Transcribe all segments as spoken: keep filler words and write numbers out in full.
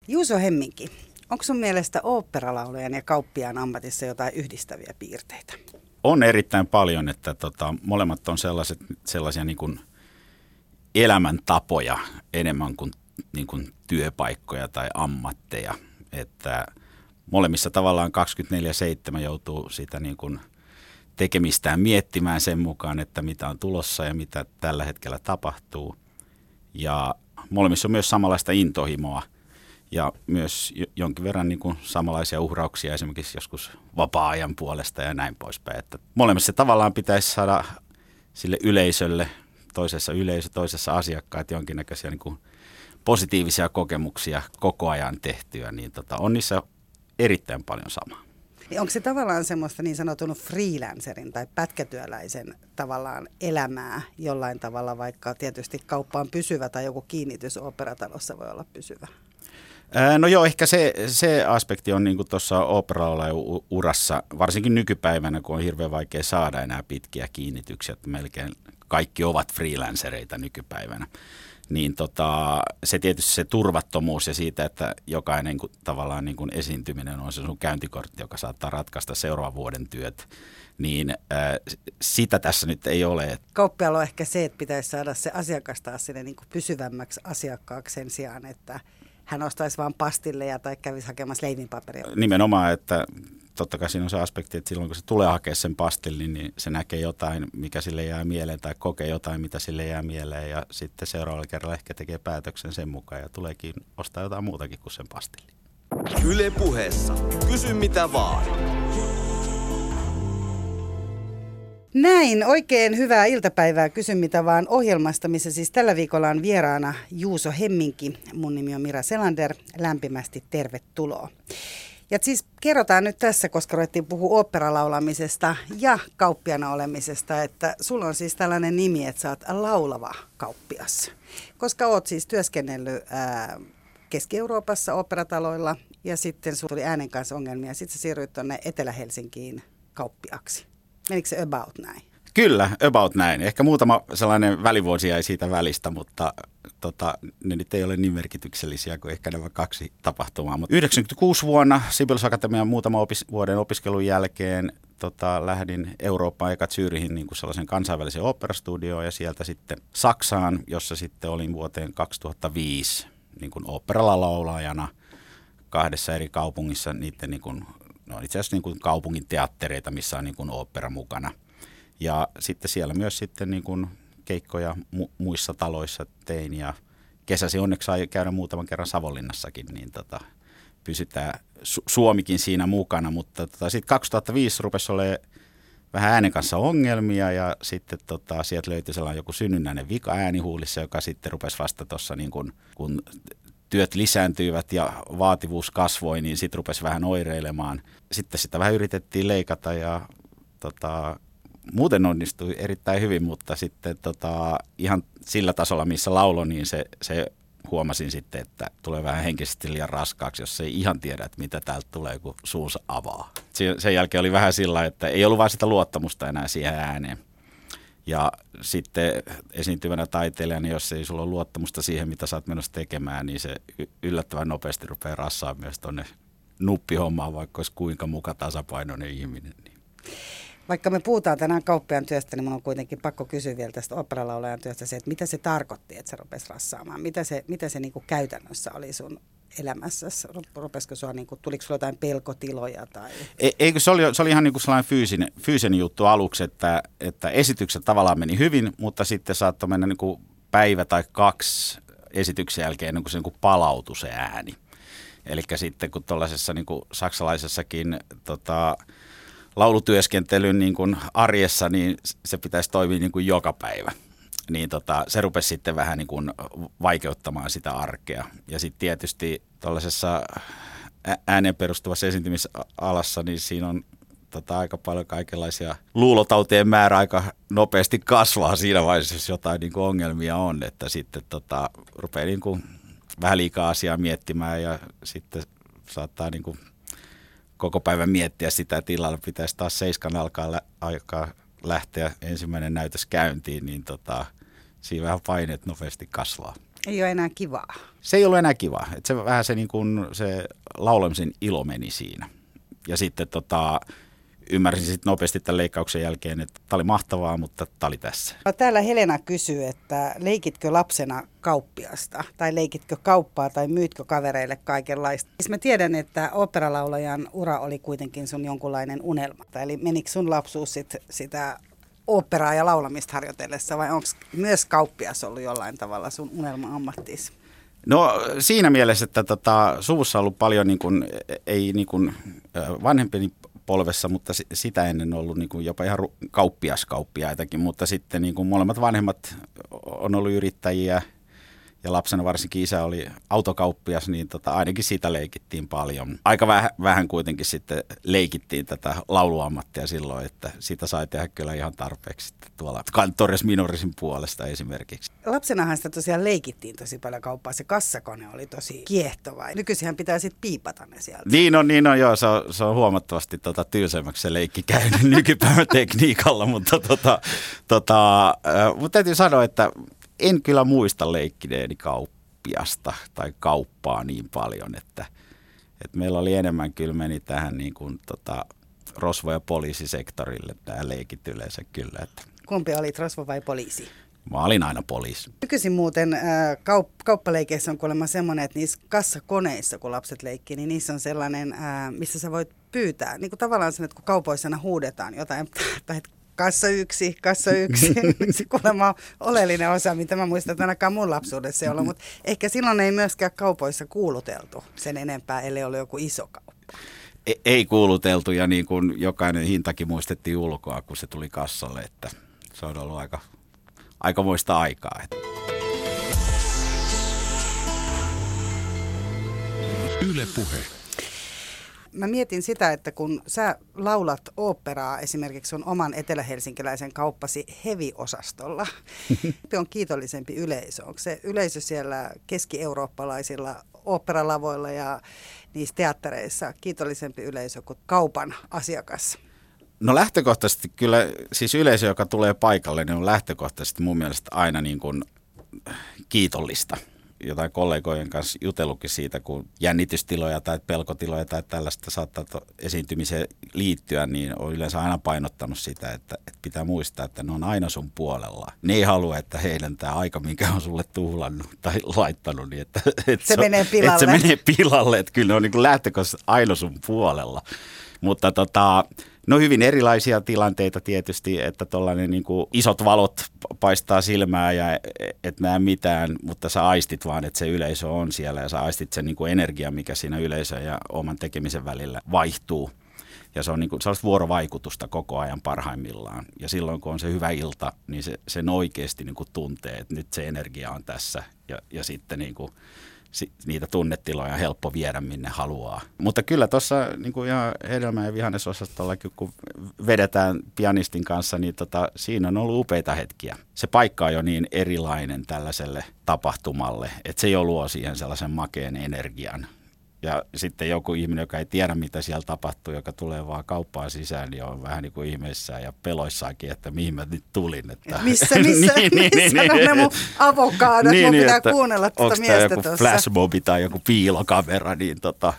Juuso Hemminki, onko sun mielestä oopperalaulajan ja kauppiaan ammatissa jotain yhdistäviä piirteitä? On erittäin paljon, että tota, molemmat on sellaiset, sellaisia niin kuin elämäntapoja enemmän kuin, niin kuin työpaikkoja tai ammatteja. Että molemmissa tavallaan kaksikymmentäneljä seitsemän joutuu sitä niin kuin tekemistään miettimään sen mukaan, että mitä on tulossa ja mitä tällä hetkellä tapahtuu. Ja molemmissa on myös samanlaista intohimoa ja myös jonkin verran niin kuin samanlaisia uhrauksia esimerkiksi joskus vapaa-ajan puolesta ja näin poispäin. Että molemmissa tavallaan pitäisi saada sille yleisölle, toisessa yleisö, toisessa asiakkaat jonkinnäköisiä niin kuin positiivisia kokemuksia koko ajan tehtyä, niin tota, on niissä erittäin paljon samaa. Onko se tavallaan semmoista niin sanotun freelancerin tai pätkätyöläisen tavallaan elämää jollain tavalla, vaikka tietysti kauppa on pysyvä tai joku kiinnitys oopperatalossa voi olla pysyvä? Ää, no joo, ehkä se, se aspekti on niin kuin tuossa oopperalaulajan urassa, varsinkin nykypäivänä, kun on hirveän vaikea saada enää pitkiä kiinnityksiä, että melkein kaikki ovat freelancereita nykypäivänä. Niin tota, se tietysti se turvattomuus ja siitä, että jokainen kun, tavallaan niin kuin esiintyminen on se sun käyntikortti, joka saattaa ratkaista seuraavan vuoden työt, niin ää, sitä tässä nyt ei ole. Kauppiaalla on ehkä se, että pitäisi saada se asiakas taas sinne niin kuin pysyvämmäksi asiakkaaksi sen sijaan, että hän ostaisi vaan pastilleja tai kävisi hakemassa leivinpaperia. Nimenomaan, että totta kai siinä on se aspekti, että silloin kun se tulee hakea sen pastillin, niin se näkee jotain, mikä sille jää mieleen tai kokee jotain, mitä sille jää mieleen ja sitten seuraavalla kerralla ehkä tekee päätöksen sen mukaan ja tuleekin ostaa jotain muutakin kuin sen pastillin. Yle Puheessa. Kysy mitä vaan. Näin, oikein hyvää iltapäivää Kysy mitä vaan ohjelmasta, missä siis tällä viikolla on vieraana Juuso Hemminki. Mun nimi on Mira Selander, lämpimästi tervetuloa. Ja siis kerrotaan nyt tässä, koska ruvettiin puhua oopperalaulamisesta ja kauppiana olemisesta, että sulla on siis tällainen nimi, että sä oot laulava kauppias. Koska oot siis työskennellyt ää, Keski-Euroopassa oopperataloilla ja sitten sulla tuli äänen kanssa ongelmia. Sitten sä siirryit tuonne Etelä-Helsinkiin kauppiaksi. Menikö se about näin? Kyllä, about näin. Ehkä muutama sellainen välivuosi jäi siitä välistä, mutta tota, ne nyt ei ole niin merkityksellisiä kuin ehkä nämä kaksi tapahtumaa. Mutta yhdeksänkymmentäkuusi vuonna Sibelius Akatemian muutaman opis- vuoden opiskelun jälkeen tota, lähdin Eurooppaan eka Zürihin niin kuin sellaisen kansainvälisen oopperastudioon ja sieltä sitten Saksaan, jossa sitten olin vuoteen kaksituhattaviisi niin kuin oopperalaulaajana kahdessa eri kaupungissa. Niiden niin kuin, no itse asiassa niin kuin kaupungin teattereita, missä on niin kuin ooppera mukana. Ja sitten siellä myös sitten niin kuin keikkoja mu- muissa taloissa tein ja kesäsi onneksi sai käydä muutaman kerran Savonlinnassakin, niin tota, pysytään Su- Suomikin siinä mukana. Mutta tota, sitten kaksituhattaviisi rupesi olemaan vähän äänen kanssa ongelmia ja sitten tota, sieltä löytyi sellainen joku synnynnäinen vika äänihuulissa, joka sitten rupesi vasta tuossa niin kuin, kun työt lisääntyivät ja vaativuus kasvoi, niin sitten rupesi vähän oireilemaan. Sitten sitä vähän yritettiin leikata ja tota, muuten onnistui erittäin hyvin, mutta sitten tota, ihan sillä tasolla, missä laulo, niin se, se huomasin sitten, että tulee vähän henkisesti liian raskaaksi, jos ei ihan tiedä, että mitä täältä tulee, kun suunsa avaa. Sen jälkeen oli vähän sillä, että ei ollut vain sitä luottamusta enää siihen ääneen. Ja sitten esiintyvänä taiteilijana, jos ei sulla ole luottamusta siihen, mitä sä oot menossa tekemään, niin se yllättävän nopeasti rupeaa rassaamaan myös tuonne nuppihommaan, vaikka olisi kuinka muka tasapainoinen ihminen. Niin. Vaikka me puhutaan tänään kauppiaan työstä, niin mun on kuitenkin pakko kysyä vielä tästä oopperalaulajan työstä se, että mitä se tarkoitti, että se rupesi rassaamaan. Mitä se, mitä se niin kuin käytännössä oli sun elämässäsi? Rupesiko sua, niin kuin, tuliko sulla jotain pelkotiloja? Tai? E, eikö se oli, se oli ihan niin kuin sellainen fyysinen, fyysinen juttu aluksi, että, että esitykset tavallaan meni hyvin, mutta sitten saattoi mennä niin kuin päivä tai kaksi esityksen jälkeen, niin kuin se niin kuin palautui se ääni. Eli sitten kun tuollaisessa niin kuin saksalaisessakin tota, laulutyöskentelyn niin kuin arjessa, niin se pitäisi toimia niin kuin joka päivä. Niin tota, se rupesi sitten vähän niin kuin vaikeuttamaan sitä arkea. Ja sitten tietysti tuollaisessa ääneen perustuvassa esiintymisalassa, niin siinä on tota, aika paljon kaikenlaisia luulotautien määrä aika nopeasti kasvaa siinä vaiheessa, jos jotain niin kuin ongelmia on. Että sitten tota, rupeaa niin kuin vähän liikaa asiaa miettimään ja sitten saattaa niin kuin koko päivän miettiä sitä, että illalla pitäisi taas seiskan alkaa, lä- alkaa lähteä ensimmäinen näytös käyntiin, niin tota, siinä vähän paineet nopeasti kasvaa. Ei ole enää kivaa. Se ei ollut enää kivaa. Et se vähän se, niin kun, se laulamisen ilo meni siinä. Ja sitten tota, ymmärsin sitten nopeasti tämän leikkauksen jälkeen, että tämä oli mahtavaa, mutta tämä oli tässä. No, täällä Helena kysyy, että leikitkö lapsena kauppiasta? Tai leikitkö kauppaa tai myytkö kavereille kaikenlaista? Siis mä tiedän, että oopperalaulajan ura oli kuitenkin sun jonkunlainen unelma. Eli menikö sun lapsuus sit sitä oopperaa ja laulamista harjoitellessa vai onko myös kauppias ollut jollain tavalla sun unelma-ammattis? No siinä mielessä, että tota, suvussa on ollut paljon, niin kun, ei niin kun, vanhempini polvessa, mutta sitä ennen ollut niin kun jopa ihan kauppiaskauppiaitakin, mutta sitten niin kun molemmat vanhemmat on ollut yrittäjiä ja lapsena varsinkin isä oli autokauppias, niin tota, ainakin siitä leikittiin paljon. Aika vähän, vähän kuitenkin sitten leikittiin tätä lauluammattia silloin, että sitä sai tehdä kyllä ihan tarpeeksi tuolla Torres Minorisin puolesta esimerkiksi. Lapsenahan sitä tosiaan leikittiin tosi paljon kauppaa. Se kassakone oli tosi kiehtova. Nykyisinhän pitää sitten piipata ne sieltä. Niin on, niin on joo. Se on, se on huomattavasti tota, tylsemmäksi se leikki käynyt nykypäivän tekniikalla, mutta, tota, tota, äh, mutta täytyy sanoa, että en kyllä muista leikkineeni kauppiasta tai kauppaa niin paljon, että, että meillä oli enemmän kyllä meni tähän niin kuin, tota, rosvo- ja poliisisektorille tämä leikit yleensä kyllä. Että. Kumpi olit, rosvo vai poliisi? Mä olin aina poliisi. Nykyisin muuten äh, kaup- kauppaleikeissä on kuulemma semmoinen, että niissä kassakoneissa, kun lapset leikkii, niin niissä on sellainen, äh, missä sä voit pyytää. Niin kuin tavallaan sen, että kun kaupoissa aina huudetaan jotain, tai kassa yksi, kassa yksi. Se kuulemma on oleellinen osa, mitä mä muistan, että ainakaan mun lapsuudessa ei ollut. Mutta ehkä silloin ei myöskään kaupoissa kuuluteltu sen enempää, ellei ole joku iso kauppa. Ei, ei kuuluteltu ja niin kuin jokainen hintakin muistettiin ulkoa, kun se tuli kassalle, että se on ollut aika, aikamoista aikaa. Yle Puhe. Mä mietin sitä, että kun sä laulat oopperaa esimerkiksi sun oman etelähelsinkiläisen kauppasi heavy-osastolla, on kiitollisempi yleisö. Onko se yleisö siellä keski-eurooppalaisilla oopperalavoilla ja niissä teattereissa kiitollisempi yleisö kuin kaupan asiakas? No lähtökohtaisesti kyllä, siis yleisö, joka tulee paikalle, niin on lähtökohtaisesti mun mielestä aina niin kuin kiitollista. Jotain kollegojen kanssa jutellutkin siitä, kun jännitystiloja tai pelkotiloja tai tällaista saattaa esiintymiseen liittyä, niin on yleensä aina painottanut sitä, että, että pitää muistaa, että ne on aina sun puolella. Ne ei halua, että heidän tämä aika, minkä on sulle tuhlannut tai laittanut, niin että, että se, se menee pilalle. Että se menee pilalle, että kyllä ne on niin kuin lähtökohtaisesti aina sun puolella. Mutta tota, no hyvin erilaisia tilanteita tietysti, että tuollainen niin kuin isot valot paistaa silmää ja et näe mitään, mutta sä aistit vaan, että se yleisö on siellä ja sä aistit sen niin kuin energian, mikä siinä yleisön ja oman tekemisen välillä vaihtuu. Ja se on niin kuin sellaista vuorovaikutusta koko ajan parhaimmillaan. Ja silloin kun on se hyvä ilta, niin se, sen oikeasti niin kuin tuntee, että nyt se energia on tässä ja, ja sitten niin kuin niitä tunnetiloja on helppo viedä minne haluaa. Mutta kyllä tuossa niin kuin ihan hedelmä- ja vihannesosastollakin, kun vedetään pianistin kanssa, niin tota, siinä on ollut upeita hetkiä. Se paikka on jo niin erilainen tällaiselle tapahtumalle, että se jo luo siihen sellaisen makeen energian. Ja sitten joku ihminen, joka ei tiedä, mitä siellä tapahtuu, joka tulee vaan kauppaan sisään, niin on vähän niin kuin ihmeissään ja peloissaankin, että mihin mä nyt tulin. Että missä, missä, niin, missä niin, on ne mun avokaadot, niin, mun niin, pitää kuunnella tuota miestä tuossa. Onko tämä joku flashmobi tai joku piilokamera, niin tota...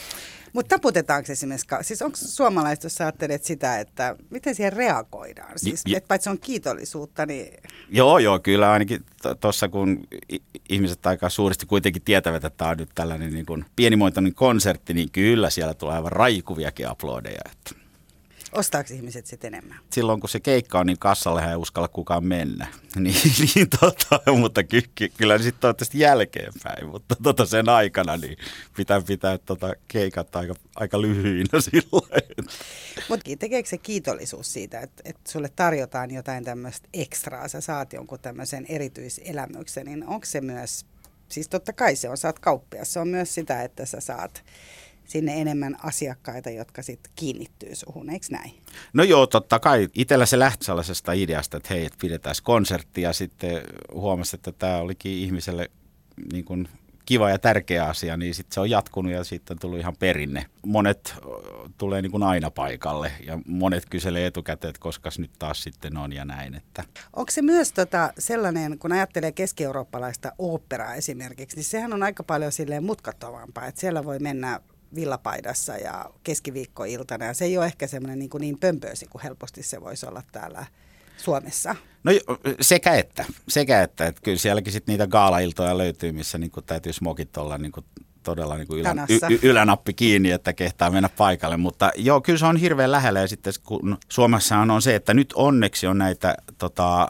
Mutta taputetaanko esimerkiksi, siis onko suomalaiset, jos sä ajattelet sitä, että miten siihen reagoidaan? Siis, J- että paitsi on kiitollisuutta, niin... Joo, joo, kyllä ainakin tuossa kun ihmiset aika suuresti kuitenkin tietävät, että tämä on nyt tällainen niin kuin pienimuotoinen konsertti, niin kyllä siellä tulee aivan raikuviakin aplodeja. Että. Ostaako ihmiset sitten enemmän? Silloin kun se keikka on, niin kassallehan ei uskalla kukaan mennä. niin, niin tota, mutta ky, ky, kyllä sitten toivottavasti jälkeenpäin, mutta tota sen aikana niin pitää pitää tota keikat aika, aika lyhyinä silloin. Mutta tekeekö se kiitollisuus siitä, että, että sulle tarjotaan jotain tämmöistä ekstraa, sä saat jonkun tämmöisen erityiselämyksen, niin onko se myös, siis totta kai se on, sä oot kauppias, se on myös sitä, että sä saat sinne enemmän asiakkaita, jotka sitten kiinnittyy suhun, eikö näin? No joo, totta kai. Itsellä se lähti sellaisesta ideasta, että hei, että pidetään konsertti ja sitten huomasi, että tämä olikin ihmiselle niin kuin kiva ja tärkeä asia, niin sitten se on jatkunut ja sitten on tullut ihan perinne. Monet tulee niin kuin aina paikalle ja monet kyselee etukäteen, että koska nyt taas sitten on ja näin. Että. Onko se myös tota sellainen, kun ajattelee keski-eurooppalaista oopperaa esimerkiksi, niin sehän on aika paljon silleen mutkattomampaa, että siellä voi mennä villapaidassa ja keskiviikkoiltana ja se ei ole ehkä semmoinen niin, niin pömpöösi kuin helposti se voisi olla täällä Suomessa. No sekä että, sekä että, että kyllä sielläkin sitten niitä gaalailtoja löytyy, missä niin kuin täytyy smokit olla niin kuin todella niin kuin ylä, y, ylänappi kiinni, että kehtaa mennä paikalle. Mutta joo, kyllä se on hirveän lähellä ja sitten kun Suomessa on se, että nyt onneksi on näitä tota,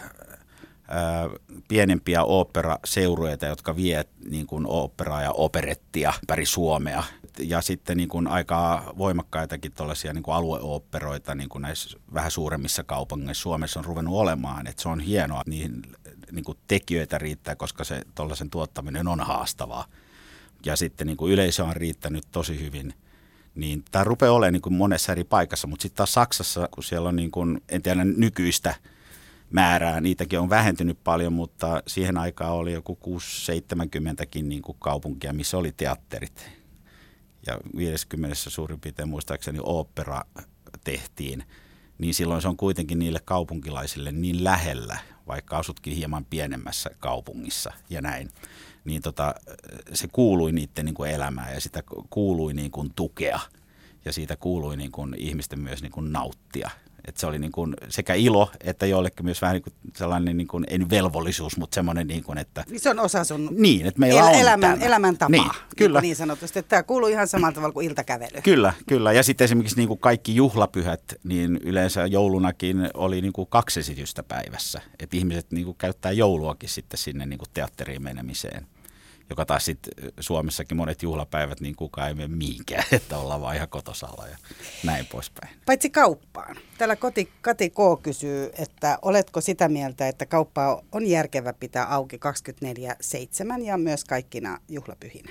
ää, pienempiä oopperaseurueita, jotka vie niin kuin oopperaa ja operettia ympäri Suomea. Ja sitten niin kuin aika voimakkaitakin tuollaisia niin kuin alueoopperoita niin kuin näissä vähän suuremmissa kaupungeissa Suomessa on ruvennut olemaan. Että se on hienoa, että niihin niin kuin tekijöitä riittää, koska se tuollaisen tuottaminen on haastavaa. Ja sitten niin kuin yleisö on riittänyt tosi hyvin. Niin tämä rupeaa olemaan niin kuin monessa eri paikassa, mutta sitten taas Saksassa, kun siellä on niin kuin, en tiedä nykyistä määrää, niitäkin on vähentynyt paljon, mutta siihen aikaan oli joku kuusi seitsemänkymmentäkin niin kuin kaupunkia, missä oli teatterit. Ja viisikymmentä suurin piirtein muistaakseni ooppera tehtiin, niin silloin se on kuitenkin niille kaupunkilaisille niin lähellä, vaikka asutkin hieman pienemmässä kaupungissa ja näin. Niin tota, se kuului niiden niin kuin elämään ja sitä kuului niin kuin tukea ja siitä kuului niin kuin ihmisten myös niin kuin nauttia. Että se oli niin kuin sekä ilo että jollekin myös vähän niin kuin sellainen, niin kuin, ei velvollisuus, mutta semmoinen, niin kuin, että. Se on osa sun niin, että meillä el- on elämän, elämäntapaa, niin, kyllä. niin sanotusti. Että tämä kuuluu ihan samalla tavalla kuin iltakävely. Kyllä, kyllä. Ja sitten esimerkiksi niin kuin kaikki juhlapyhät, niin yleensä joulunakin oli niin kuin kaksi esitystä päivässä. Että ihmiset niin kuin käyttää jouluakin sitten sinne niin kuin teatteriin menemiseen. Joka taas sitten Suomessakin monet juhlapäivät, niin kukaan ei mene mihinkään, että ollaan vaan ihan kotosalla ja näin poispäin. Paitsi kauppaan. Täällä koti, Kati K. kysyy, että oletko sitä mieltä, että kauppaa on järkevä pitää auki kaksikymmentäneljä seitsemän ja myös kaikkina juhlapyhinä?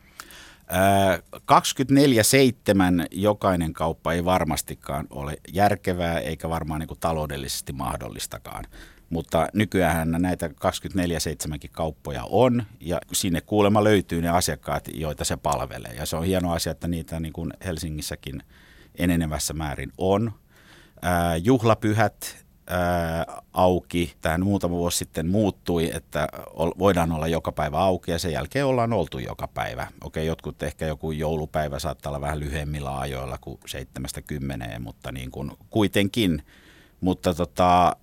kaksikymmentäneljä seitsemän jokainen kauppa ei varmastikaan ole järkevää eikä varmaan niin kuin taloudellisesti mahdollistakaan. Mutta nykyään näitä kaksikymmentäneljä seitsemänkin kauppoja on ja sinne kuulemma löytyy ne asiakkaat, joita se palvelee. Ja se on hieno asia, että niitä niin kuin Helsingissäkin enenevässä määrin on. Ää, juhlapyhät ää, auki. Tähän muutama vuosi sitten muuttui, että voidaan olla joka päivä auki ja sen jälkeen ollaan oltu joka päivä. Okei, jotkut ehkä joku joulupäivä saattaa olla vähän lyhyemmillä ajoilla kuin seitsemästä kymmeneen, mutta niin kuin kuitenkin. Mutta tota,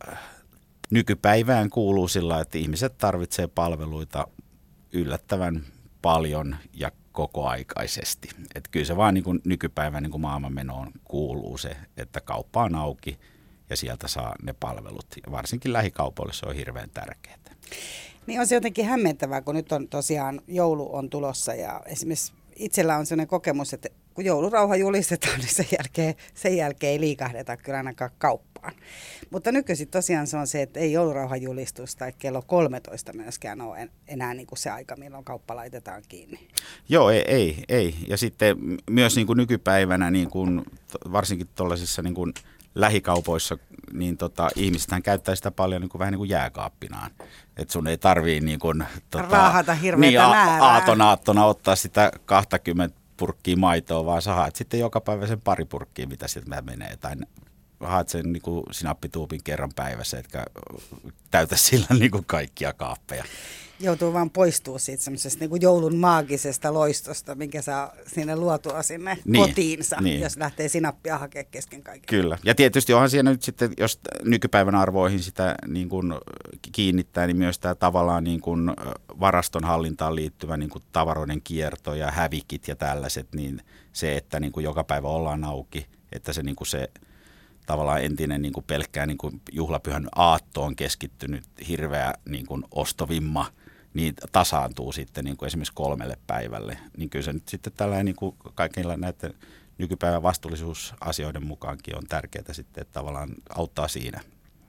nykypäivään kuuluu sillä, että ihmiset tarvitsee palveluita yllättävän paljon ja kokoaikaisesti. Että kyllä se vaan niin kuin nykypäivän niin kuin maailmanmenoon kuuluu se, että kauppa on auki ja sieltä saa ne palvelut. Ja varsinkin lähikaupoille se on hirveän tärkeää. Niin on se jotenkin hämmentävää, kun nyt on tosiaan joulu on tulossa ja esimerkiksi itsellä on sellainen kokemus, että kun joulurauha julistetaan, niin sen jälkeen, sen jälkeen ei liikahdeta kyllä ainakaan kauppaan. Mutta nykyisin tosiaan se on se, että ei joulurauhan julistus tai kello kolmetoista myöskään ole enää niin kuin se aika, milloin kauppa laitetaan kiinni. Joo, ei, ei. ei. Ja sitten myös niin kuin nykypäivänä, niin kuin, varsinkin tuollaisissa niin kuin lähikaupoissa, niin tota, ihmisethän käyttää sitä paljon niin kuin, vähän niin kuin jääkaappinaan. Että sun ei tarvii niin kuin, tota, raahata hirveätä niin, a- määrää. aatonaattona ottaa sitä kaksikymmentä purkkiä maitoa, vaan sä haet sitten joka päivä sen pari purkkiä, mitä sieltä menee. Tai haet sen niin kuin sinappituupin kerran päivässä, etkä täytä sillä niin kuin kaikkia kaappeja. Joutuu vaan poistua siitä semmoisesta niin kuin joulun maagisesta loistosta, minkä saa sinne luotua sinne niin, kotiinsa, niin. Jos lähtee sinappia hakemaan kesken kaiken. Kyllä. Ja tietysti onhan siinä nyt sitten, jos nykypäivän arvoihin sitä niin kuin kiinnittää, niin myös tämä tavallaan niin kuin varaston hallintaan liittyvä niin kuin tavaroiden kierto ja hävikit ja tällaiset, niin se, että niin kuin joka päivä ollaan auki, että se, niin kuin se tavallaan entinen niin kuin pelkkää niin kuin juhlapyhän aattoon keskittynyt hirveä niin kuin ostovimma, niin tasaantuu sitten niin kuin esimerkiksi kolmelle päivälle. Niin kyllä se nyt sitten tällainen niin kuin kaikilla näiden nykypäivän vastuullisuusasioiden mukaankin on tärkeää sitten, että tavallaan auttaa siinä.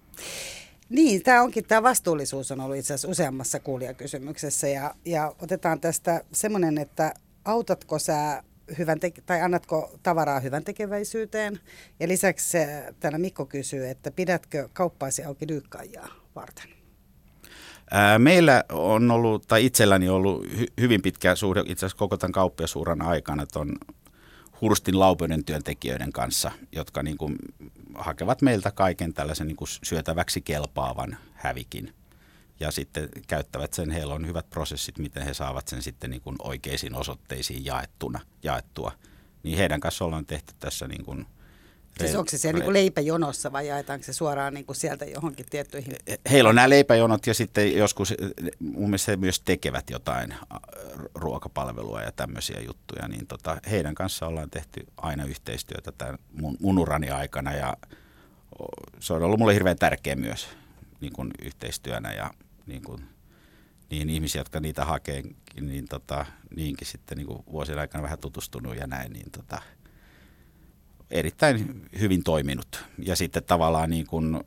Niin, tämä onkin, tämä vastuullisuus on ollut itse asiassa useammassa kuulijakysymyksessä ja, ja otetaan tästä semmoinen, että autatko sä hyvän te- tai annatko tavaraa hyvän tekeväisyyteen ja lisäksi täällä Mikko kysyy, että pidätkö kauppaasi auki dyykkaajaa varten? Ää, meillä on ollut, tai itselläni ollut hy- hyvin pitkä suhde, itse asiassa koko tämän kauppiasuuran aikana, on Hurstin Laupöiden työntekijöiden kanssa, jotka niin kuin hakevat meiltä kaiken tällaisen niin kuin syötäväksi kelpaavan hävikin. Ja sitten käyttävät sen, heillä on hyvät prosessit, miten he saavat sen sitten niin kuin oikeisiin osoitteisiin jaettuna, jaettua. Niin heidän kanssa ollaan tehty tässä niin kuin... Siis onko se siellä niin kuin leipäjonossa vai jaetaanko se suoraan niin kuin sieltä johonkin tiettyihin? Heillä on nämä leipäjonot ja sitten joskus mun mielestä he myös tekevät jotain ruokapalvelua ja tämmöisiä juttuja. Niin tota, heidän kanssa ollaan tehty aina yhteistyötä tämän mun, mun urani aikana ja se on ollut mulle hirveän tärkeä myös niin kuin yhteistyönä ja niin kuin, niin ihmisiä, jotka niitä hakee, niin tota, niinkin sitten niin kuin vuosien aikana vähän tutustunut ja näin, niin tota, erittäin hyvin toiminut. Ja sitten tavallaan niin kuin,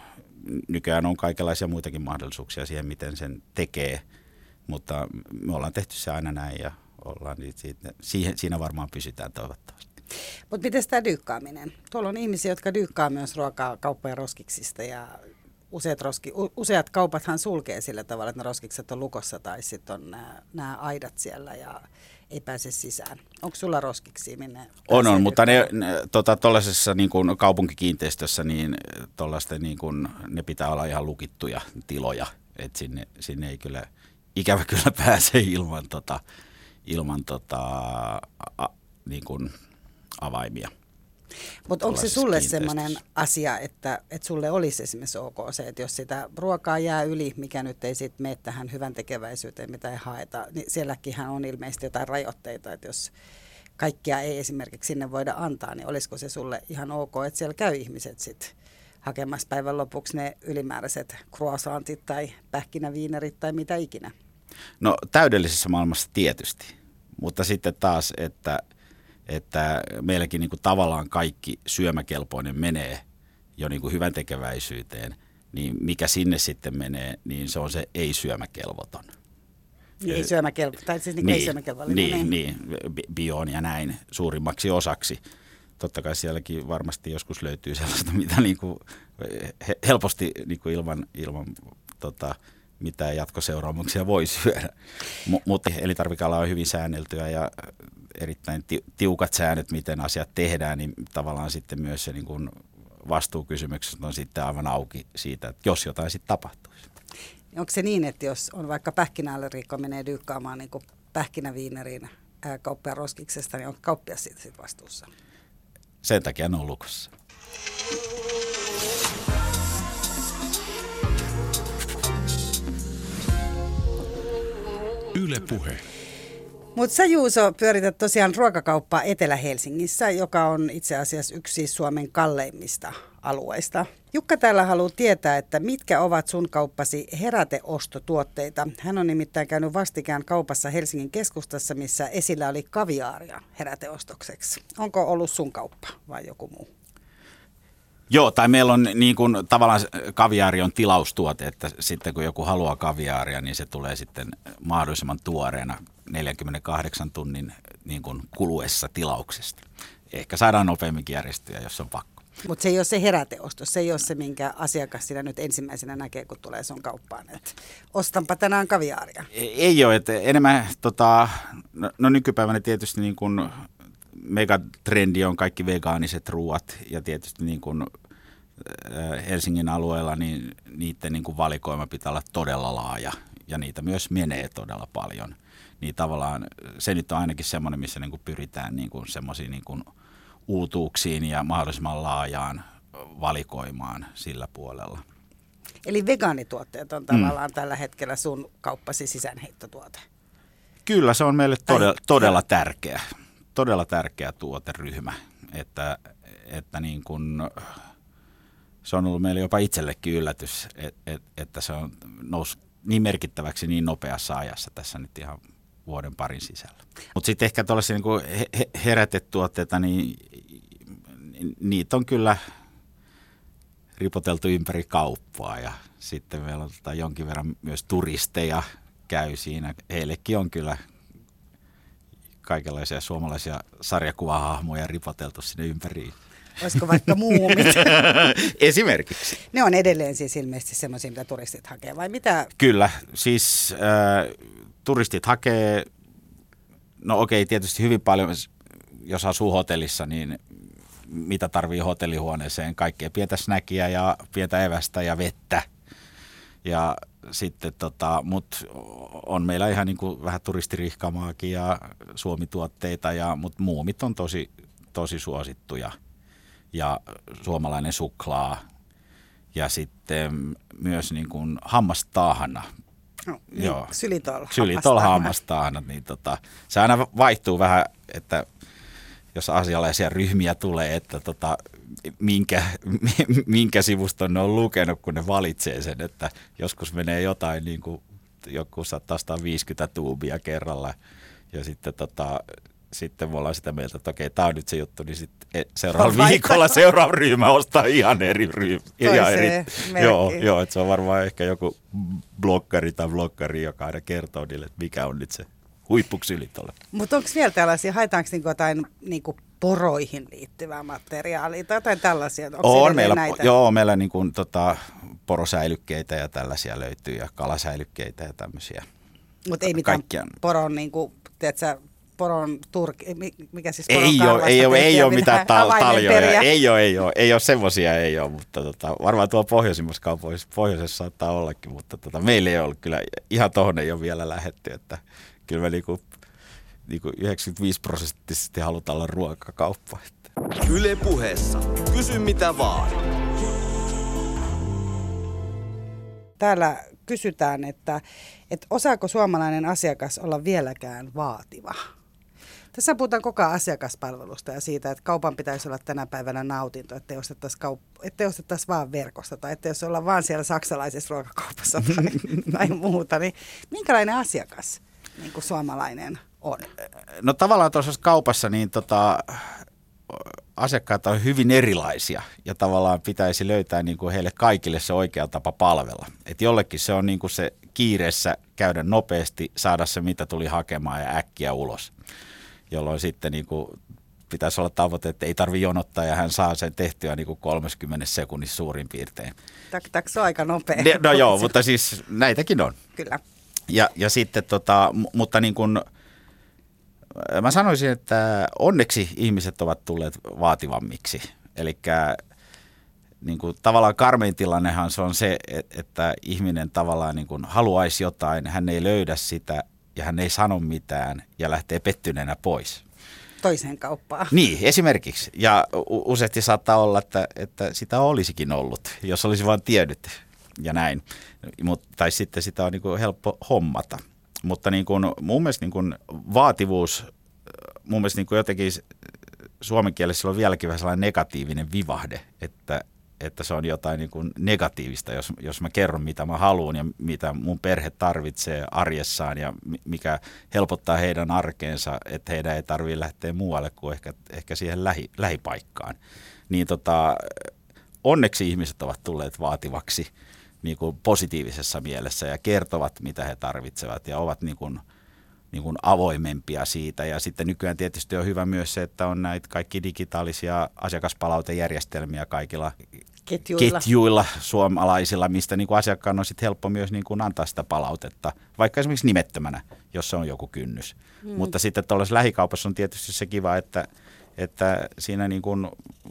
nykyään on kaikenlaisia muitakin mahdollisuuksia siihen, miten sen tekee, mutta me ollaan tehty se aina näin ja ollaan siitä, siihen, siinä varmaan pysytään toivottavasti. Mutta miten tämä dyykkaaminen? Tuolla on ihmisiä, jotka dyykkaa myös ruokaa kauppojen roskiksista ja useat, roski, useat kaupathan sulkee sillä tavalla, että ne roskikset on lukossa tai sitten on nämä aidat siellä ja ei pääse sisään. Onko sulla roskiksi minne? On, on, mutta ne, ne tota, tuollaisessa niin kuin kaupunkikiinteistössä, niin, niin kuin, ne pitää olla ihan lukittuja tiloja, että sinne, sinne ei kyllä, ikävä kyllä pääse ilman, tota, ilman tota, a, niin kuin avaimia. Mutta onko se sulle semmoinen asia, että, että sulle olisi esimerkiksi ok se, että jos sitä ruokaa jää yli, mikä nyt ei sitten mene tähän hyvän tekeväisyyteen, mitä ei haeta, niin sielläkinhän on ilmeisesti jotain rajoitteita, että jos kaikkia ei esimerkiksi sinne voida antaa, niin olisiko se sulle ihan ok, että siellä käy ihmiset sitten hakemassa päivän lopuksi ne ylimääräiset croissantit tai pähkinäviinerit tai mitä ikinä? No täydellisessä maailmassa tietysti, mutta sitten taas, että että meilläkin niin kuin tavallaan kaikki syömäkelpoinen menee jo niin kuin hyvän tekeväisyyteen, niin mikä sinne sitten menee, niin se on se ei-syömäkelvoton. Niin, ei syömäkelvoton, tai siis niin, niin ei syömäkelvoton. Niin, niin, bioon ja näin suurimmaksi osaksi. Totta kai sielläkin varmasti joskus löytyy sellaista, mitä niin kuin helposti niin kuin ilman, ilman tota, mitään jatkoseuraamuksia voi syödä. M- mutta elintarvikeala on hyvin säänneltyä ja erittäin tiukat säännöt, miten asiat tehdään, niin tavallaan sitten myös se niin kuin vastuukysymykset on sitten aivan auki siitä, että jos jotain sitten tapahtuisi. Onko se niin, että jos on vaikka pähkinäallergiikko menee dyykkaamaan niin kuin pähkinäviineriin kauppiaan roskiksesta, niin onko kauppias siitä sitten vastuussa? Sen takia ne on lukossa. Yle Puhe. Mutta sä, Juuso, pyörität tosiaan ruokakauppaa Etelä-Helsingissä, joka on itse asiassa yksi Suomen kalleimmista alueista. Jukka täällä haluaa tietää, että mitkä ovat sun kauppasi heräteostotuotteita. Hän on nimittäin käynyt vastikään kaupassa Helsingin keskustassa, missä esillä oli kaviaaria heräteostokseksi. Onko ollut sun kauppa vai joku muu? Joo, tai meillä on niin kuin, tavallaan kaviaari on tilaustuote, että sitten kun joku haluaa kaviaaria, niin se tulee sitten mahdollisimman tuoreena neljänkymmenenkahdeksan tunnin niin kuin kuluessa tilauksesta. Ehkä saadaan nopeamminkin järjestyä, jos on pakko. Mutta se ei ole se heräteostos, se ei ole se, minkä asiakas siinä nyt ensimmäisenä näkee, kun tulee sun kauppaan, että ostanpa tänään kaviaaria. Ei ole, että enemmän, tota, no, no nykypäivänä tietysti niin kuin megatrendi on kaikki vegaaniset ruuat ja tietysti niin kuin Helsingin alueella niin niiden niin kuin valikoima pitää olla todella laaja ja niitä myös menee todella paljon. Niin tavallaan se nyt on ainakin semmoinen, missä niin kuin pyritään niin kuin semmoisiin niin kuin uutuuksiin ja mahdollisimman laajaan valikoimaan sillä puolella. Eli vegaanituotteet on tavallaan mm. tällä hetkellä sun kauppasi sisäänheittotuote? Kyllä, se on meille todella, todella tärkeä. Todella tärkeä tuoteryhmä, että, että niin kun, se on ollut meille jopa itsellekin yllätys, että, että se on noussut niin merkittäväksi niin nopeassa ajassa tässä nyt ihan vuoden parin sisällä. Mutta sitten ehkä tuollaisia niin he, herätetuotteita, niin niitä on kyllä ripoteltu ympäri kauppaa ja sitten meillä on tota jonkin verran myös turisteja käy siinä. Heillekin on kyllä kaikenlaisia suomalaisia sarjakuvahahmoja ripoteltu sinne ympäri. Olisiko vaikka muumit? Esimerkiksi. Ne on edelleen siis ilmeisesti semmoisia, mitä turistit hakee, vai mitä? Kyllä, siis äh, turistit hakee, no okei, tietysti hyvin paljon, jos asuu hotellissa, niin mitä tarvii hotellihuoneeseen, kaikkea pientä snäkiä ja pientä evästä ja vettä. Ja sitten tota, mut on meillä ihan niin kuin vähän turistirihkamaakin ja suomituotteita, ja, mutta muumit on tosi, tosi suosittuja. Ja suomalainen suklaa ja sitten myös niin kuin hammastaahana. No, niin, Joo. Xylitol. Xylitol hammastaahana, niin tota, se aina vaihtuu vähän, että jos asialaisia ryhmiä tulee, että tota, minkä, minkä sivuston ne on lukenut, kun ne valitsee sen, että joskus menee jotain niin kuin joku sata viisikymmentä tuubia kerralla ja sitten tota, sitten me ollaan sitä mieltä, että okei, tämä on nyt se juttu, niin sitten seuraavalla viikolla seuraava ryhmä ostaa ihan eri ryhmä. Ihan eri. Joo, joo, että se on varmaan ehkä joku blokkari tai blokkari, joka aina kertoo niille, että mikä on nyt se huippuksylitolle. Mutta onko vielä tällaisia, haetaanko niinku jotain niinku poroihin liittyvää materiaalia tai jotain tällaisia? Onko on meillä, näitä? joo, meillä niinku, tota, porosäilykkeitä ja tällaisia löytyy ja kalasäilykkeitä ja tämmöisiä. Mutta ei mitään Kaikkiaan. poron, niinku, tiedätkö, poron turki, mikä siis poron ei ole, ei ole, ei ole mitään tal- taljoja, ei ole, ei ole, ei ole semmoisia, ei ole, mutta tota, varmaan tuolla pohjoisimmassa kaupoissa, pohjoisessa saattaa ollakin, mutta tota, meillä ei ollut kyllä, ihan tohon ei ole vielä lähdetty, että kyllä me niinku, niinku yhdeksänkymmentäviisi prosenttisesti halutaan olla ruokakauppa. Yle Puheessa. Kysy mitä vaan. Täällä kysytään, että, että osaako suomalainen asiakas olla vieläkään vaativa? Tässä puhutaan koko ajan asiakaspalvelusta ja siitä, että kaupan pitäisi olla tänä päivänä nautinto, ettei ostettaisi, kaup- ettei ostettaisi vaan verkosta tai ettei jos ollaan vaan siellä saksalaisessa ruokakaupassa tai, tai muuta. Niin minkälainen asiakas niin kuin suomalainen on? No tavallaan tuossa kaupassa niin tota, asiakkaat on hyvin erilaisia ja tavallaan pitäisi löytää niin kuin heille kaikille se oikea tapa palvella. Et jollekin se on niin kuin se kiireessä käydä nopeasti, saada se mitä tuli hakemaan ja äkkiä ulos, jolloin sitten niin kuin pitäisi olla tavoite, että ei tarvitse jonottaa ja hän saa sen tehtyä niin kuin kolmekymmentä sekunnissa suurin piirtein. Tak, tak, se on aika nopea. Ne, no joo, mutta siis näitäkin on. Kyllä. Ja, ja sitten tota, mutta niin kuin mä sanoisin, että onneksi ihmiset ovat tulleet vaativammiksi. Eli niin kuin, tavallaan karmein tilannehan se on se, että ihminen tavallaan niin kuin haluaisi jotain, hän ei löydä sitä ja hän ei sano mitään ja lähtee pettyneenä pois. Toiseen kauppaan. Niin, esimerkiksi. Ja useasti saattaa olla, että, että sitä olisikin ollut, jos olisi vain tiennyt ja näin. Mut, tai sitten sitä on niin kuin helppo hommata. Mutta niin kuin, mun mielestä niin kuin vaativuus, mun mielestä niin kuin jotenkin suomen kielessä on vieläkin vähän sellainen negatiivinen vivahde, että, että se on jotain niin kuin negatiivista, jos, jos mä kerron mitä mä haluan ja mitä mun perhe tarvitsee arjessaan ja mikä helpottaa heidän arkeensa, että heidän ei tarvitse lähteä muualle kuin ehkä, ehkä siihen lähi, lähipaikkaan. Niin tota, onneksi ihmiset ovat tulleet vaativaksi niin kuin positiivisessa mielessä ja kertovat, mitä he tarvitsevat ja ovat niin kuin, niin kuin avoimempia siitä. Ja sitten nykyään tietysti on hyvä myös se, että on näitä kaikki digitaalisia asiakaspalautejärjestelmiä kaikilla ketjuilla, ketjuilla suomalaisilla, mistä niin kuin asiakkaan on sitten helppo myös niin kuin antaa sitä palautetta, vaikka esimerkiksi nimettömänä, jos se on joku kynnys. Hmm. Mutta sitten tuollaisessa lähikaupassa on tietysti se kiva, että, että siinä niin kuin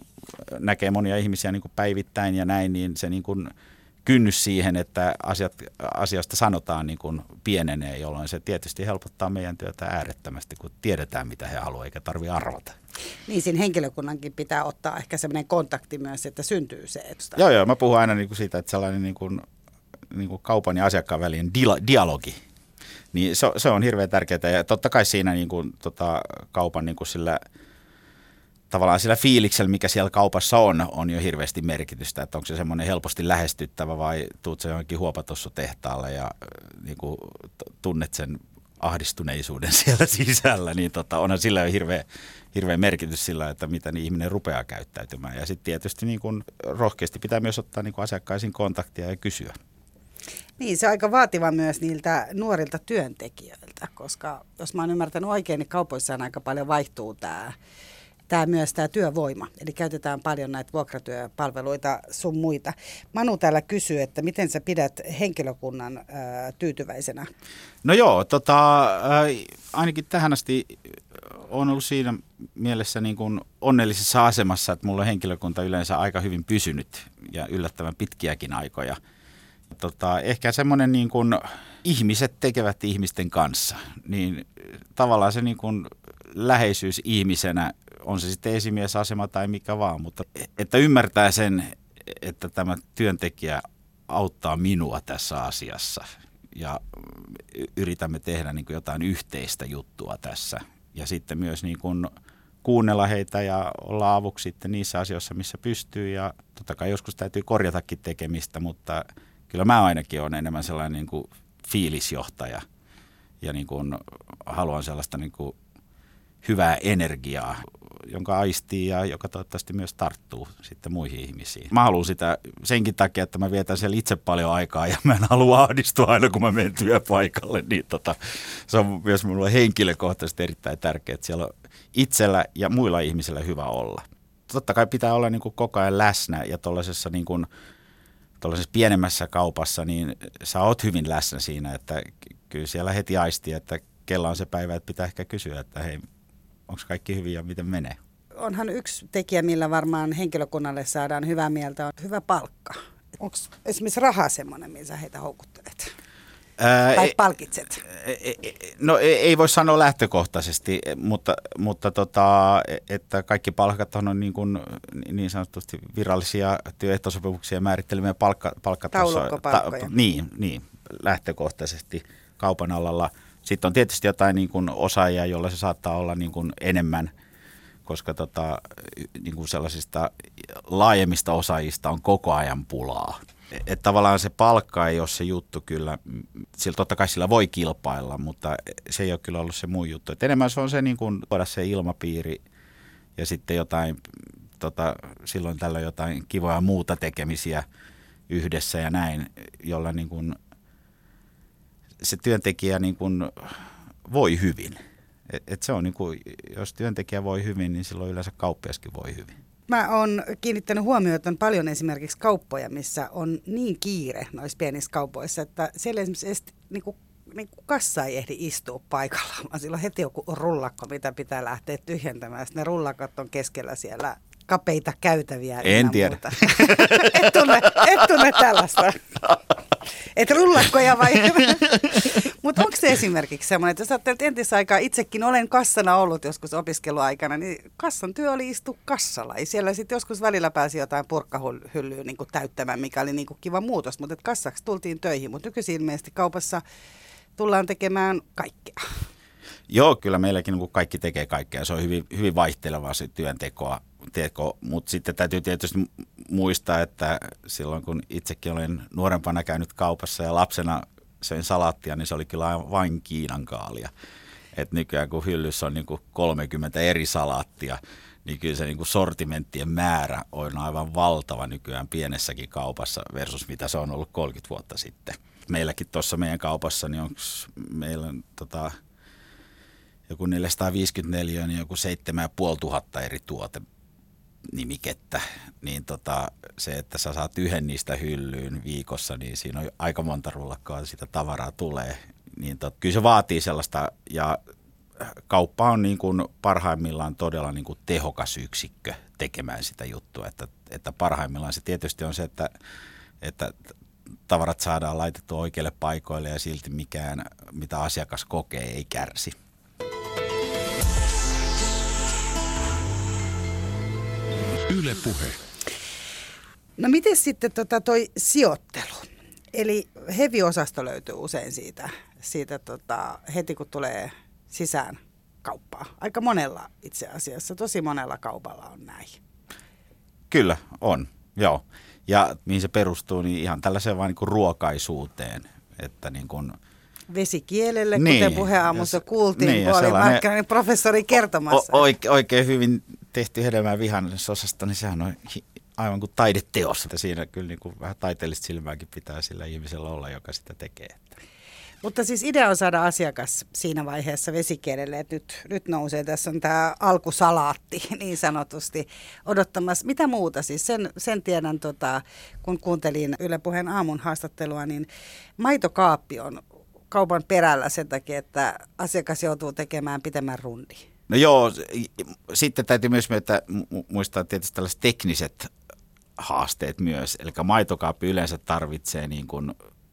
näkee monia ihmisiä niin kuin päivittäin ja näin, niin se niin kuin kynnys siihen, että asiat, asiasta sanotaan niin kuin pienenee, jolloin se tietysti helpottaa meidän työtä äärettömästi, kun tiedetään, mitä he haluavat, eikä tarvitse arvata. Niin, siinä henkilökunnankin pitää ottaa ehkä sellainen kontakti myös, että syntyy se. Että... Joo, joo, mä puhun aina niin kuin siitä, että sellainen niin kuin, niin kuin kaupan ja asiakkaan välinen dia- dialogi, niin se, se on hirveän tärkeää. Ja totta kai siinä niin kuin, tota, kaupan niin kuin sillä tavallaan sillä fiiliksellä, mikä siellä kaupassa on, on jo hirveästi merkitystä, että onko se semmoinen helposti lähestyttävä vai tuut se johonkin huopatossutehtaalle ja niin kuin, tunnet sen ahdistuneisuuden siellä sisällä, niin tota, onhan sillä jo hirveä, hirveä merkitys sillä, että miten ihminen rupeaa käyttäytymään. Ja sitten tietysti niin kuin, rohkeasti pitää myös ottaa niin kuin asiakkaisiin kontaktia ja kysyä. Niin, se on aika vaativa myös niiltä nuorilta työntekijöiltä, koska jos mä oon ymmärtänyt oikein, niin kaupoissa aika paljon vaihtuu tämä tämä myös tämä työvoima. Eli käytetään paljon näitä vuokratyöpalveluita sun muita. Manu täällä kysyy, että miten sä pidät henkilökunnan ää, tyytyväisenä? No joo, tota, ää, ainakin tähän asti on ollut siinä mielessä niin kuin onnellisessa asemassa, että mulla on henkilökunta yleensä aika hyvin pysynyt ja yllättävän pitkiäkin aikoja. Tota, ehkä semmoinen niin kuin ihmiset tekevät ihmisten kanssa, niin tavallaan se niin kuin läheisyys ihmisenä, on se sitten esimiesasema tai mikä vaan, mutta että ymmärtää sen, että tämä työntekijä auttaa minua tässä asiassa ja yritämme tehdä niin kuin jotain yhteistä juttua tässä ja sitten myös niin kuin kuunnella heitä ja olla avuksi sitten niissä asioissa, missä pystyy ja totta kai joskus täytyy korjatakin tekemistä, mutta kyllä mä ainakin olen enemmän sellainen niin kuin fiilisjohtaja ja niin kuin haluan sellaista niin kuin hyvää energiaa, jonka aistii ja joka toivottavasti myös tarttuu sitten muihin ihmisiin. Mä haluan sitä senkin takia, että mä vietän siellä itse paljon aikaa ja mä en halua ahdistua aina, kun mä menen työpaikalle. Niin tota, se on myös minulle henkilökohtaisesti erittäin tärkeää, että siellä on itsellä ja muilla ihmisillä hyvä olla. Totta kai pitää olla niin kuin koko ajan läsnä ja tuollaisessa niin kuin tuollaisessa pienemmässä kaupassa, niin sä oot hyvin läsnä siinä, että kyllä siellä heti aistii, että kella on se päivä, että pitää ehkä kysyä, että hei, onko kaikki hyvin ja miten menee? Onhan yksi tekijä, millä varmaan henkilökunnalle saadaan hyvää mieltä, on hyvä palkka. Onko esimerkiksi raha semmoinen, missä heitä houkuttelet? Ää, tai palkitset? No ei voi sanoa lähtökohtaisesti, mutta, mutta tota, että kaikki palkat on niin, kuin, niin sanotusti virallisia työehtosopimuksia määrittelemiä palkka, palkkatasoja. Taulukkopalkkoja. Ta, niin, niin, lähtökohtaisesti kaupan alalla. Sitten on tietysti jotain niin kuin osaajia, joilla se saattaa olla niin kuin enemmän, koska tota, niin kuin sellaisista laajemmista osaajista on koko ajan pulaa. Että tavallaan se palkka ei ole se juttu kyllä, sillä totta kai sillä voi kilpailla, mutta se ei ole kyllä ollut se muu juttu. Et enemmän se on se niin kuin tuoda se ilmapiiri ja sitten jotain, tota, silloin tällöin jotain kivoja muuta tekemisiä yhdessä ja näin, jolla niin kuin se työntekijä niin kuin voi hyvin. Et, et se on niin kuin, jos työntekijä voi hyvin, niin silloin yleensä kauppiaskin voi hyvin. Mä oon kiinnittänyt huomioon, että on paljon esimerkiksi kauppoja, missä on niin kiire noissa pienissä kaupoissa, että siellä esimerkiksi esti, niin kuin, niin kuin kassa ei ehdi istua paikallaan, vaan sillä on heti joku rullakko, mitä pitää lähteä tyhjentämään. Sitten ne rullakot on keskellä siellä kapeita käytäviä. En tiedä. et, tunne, et tunne tällaista. Et rullakkoja vai? Mutta onko se esimerkiksi semmoinen, että jos ajattelet entisaikaa, itsekin olen kassana ollut joskus opiskeluaikana, niin kassan työ oli istua kassalla. Ja siellä sitten joskus välillä pääsi jotain purkkahyllyä niin kuin täyttämään, mikä oli niin kuin kiva muutos, mutta kassaksi tultiin töihin. Mutta nykyisin ilmeisesti kaupassa tullaan tekemään kaikkea. Joo, kyllä meilläkin niin kuin kaikki tekee kaikkea. Se on hyvin, hyvin vaihtelevaa se työntekoa. Teko, mutta sitten täytyy tietysti muistaa, että silloin kun itsekin olen nuorempana käynyt kaupassa ja lapsena söin salaattia, niin se oli kyllä vain kiinankaalia. Et nykyään kun hyllyssä on niin kuin kolmekymmentä eri salaattia, niin kyllä se niin kuin sortimenttien määrä on aivan valtava nykyään pienessäkin kaupassa versus mitä se on ollut kolmekymmentä vuotta sitten. Meilläkin tuossa meidän kaupassa, niin onko meillä on tota, joku neljäsataaviisikymmentäneljä, niin joku seitsemäntuhatta eri tuote nimikettä, niin tota, se, että sä saat yhden niistä hyllyyn viikossa, niin siinä on aika monta rullakkoa, sitä tavaraa tulee. Niin tot, kyllä se vaatii sellaista, ja kauppa on niin kuin parhaimmillaan todella niin kuin tehokas yksikkö tekemään sitä juttua, että, että parhaimmillaan se tietysti on se, että, että tavarat saadaan laitettua oikeille paikoille ja silti mikään, mitä asiakas kokee, ei kärsi. Yle Puhe. No miten sitten tota toi sijoittelu? Eli heavy-osasto löytyy usein siitä, siitä tota, heti kun tulee sisään kauppaa. Aika monella itse asiassa, tosi monella kaupalla on näin. Kyllä, on, joo. Ja mihin se perustuu, niin ihan tällaiseen vain niin kuin ruokaisuuteen, että niin kuin vesikielelle, niin, kuten puheaamussa kuultiin, niin, kun oli markkinoinnin professori kertomassa. O- oike- oikein hyvin tehty hedelmää vihannesosasto, niin sehän on hi- aivan kuin taideteos. Että siinä kyllä niin kuin vähän taiteellista silmääkin pitää sillä ihmisellä olla, joka sitä tekee. Mutta siis idea on saada asiakas siinä vaiheessa vesikielelle, että nyt, nyt nousee, tässä on tämä alkusalaatti niin sanotusti odottamassa. Mitä muuta siis? Sen, sen tiedän, tota, kun kuuntelin Yle Puheen aamun haastattelua, niin maitokaappi on kaupan perällä sen takia, että asiakas joutuu tekemään pitemmän rundin. No joo, sitten täytyy myös myötä, muistaa tietysti tällaiset tekniset haasteet myös. Eli maitokaappi yleensä tarvitsee niin kuin,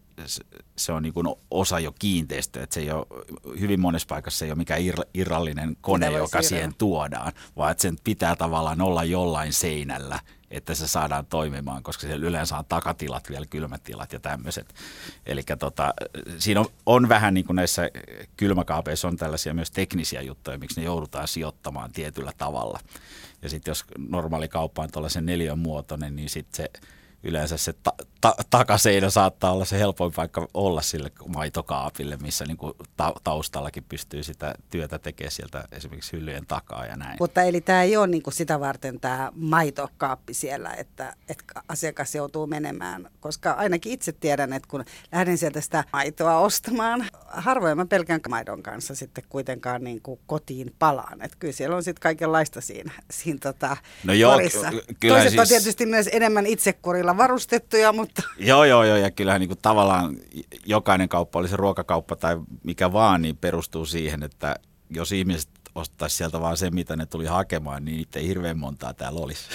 se on niin kuin osa jo kiinteistöä, että se ei ole, hyvin monessa paikassa ei ole mikään irrallinen kone, joka siirrä. siihen tuodaan, vaan että sen pitää tavallaan olla jollain seinällä, että se saadaan toimimaan, koska siellä yleensä on takatilat, vielä kylmätilat ja tämmöiset. Eli tota, siinä on, on vähän niin kuin näissä kylmäkaapeissa on tällaisia myös teknisiä juttuja, miksi ne joudutaan sijoittamaan tietyllä tavalla. Ja sitten jos normaali kauppa on tuollaisen neliön muotoinen, niin sitten se yleensä se ta- ta- takaseinä saattaa olla se helpoin paikka olla sille maitokaapille, missä niin kuin ta- taustallakin pystyy sitä työtä tekemään sieltä esimerkiksi hyllyjen takaa ja näin. Mutta eli tämä ei ole niin kuin sitä varten tämä maitokaappi siellä, että, että asiakas joutuu menemään, koska ainakin itse tiedän, että kun lähden sieltä sitä maitoa ostamaan, harvoin mä pelkän maidon kanssa sitten kuitenkaan niin kuin kotiin palaan. Että kyllä siellä on sitten kaikenlaista siinä, siinä tota no joo, korissa. kyllä Toiset siis on tietysti myös enemmän itsekurilla varustettuja, mutta Joo, joo, joo, ja kyllähän niin kuin tavallaan jokainen kauppa, oli se ruokakauppa tai mikä vaan, niin perustuu siihen, että jos ihmiset ostaisi sieltä vaan se, mitä ne tuli hakemaan, niin niitä ei hirveän montaa täällä olisi.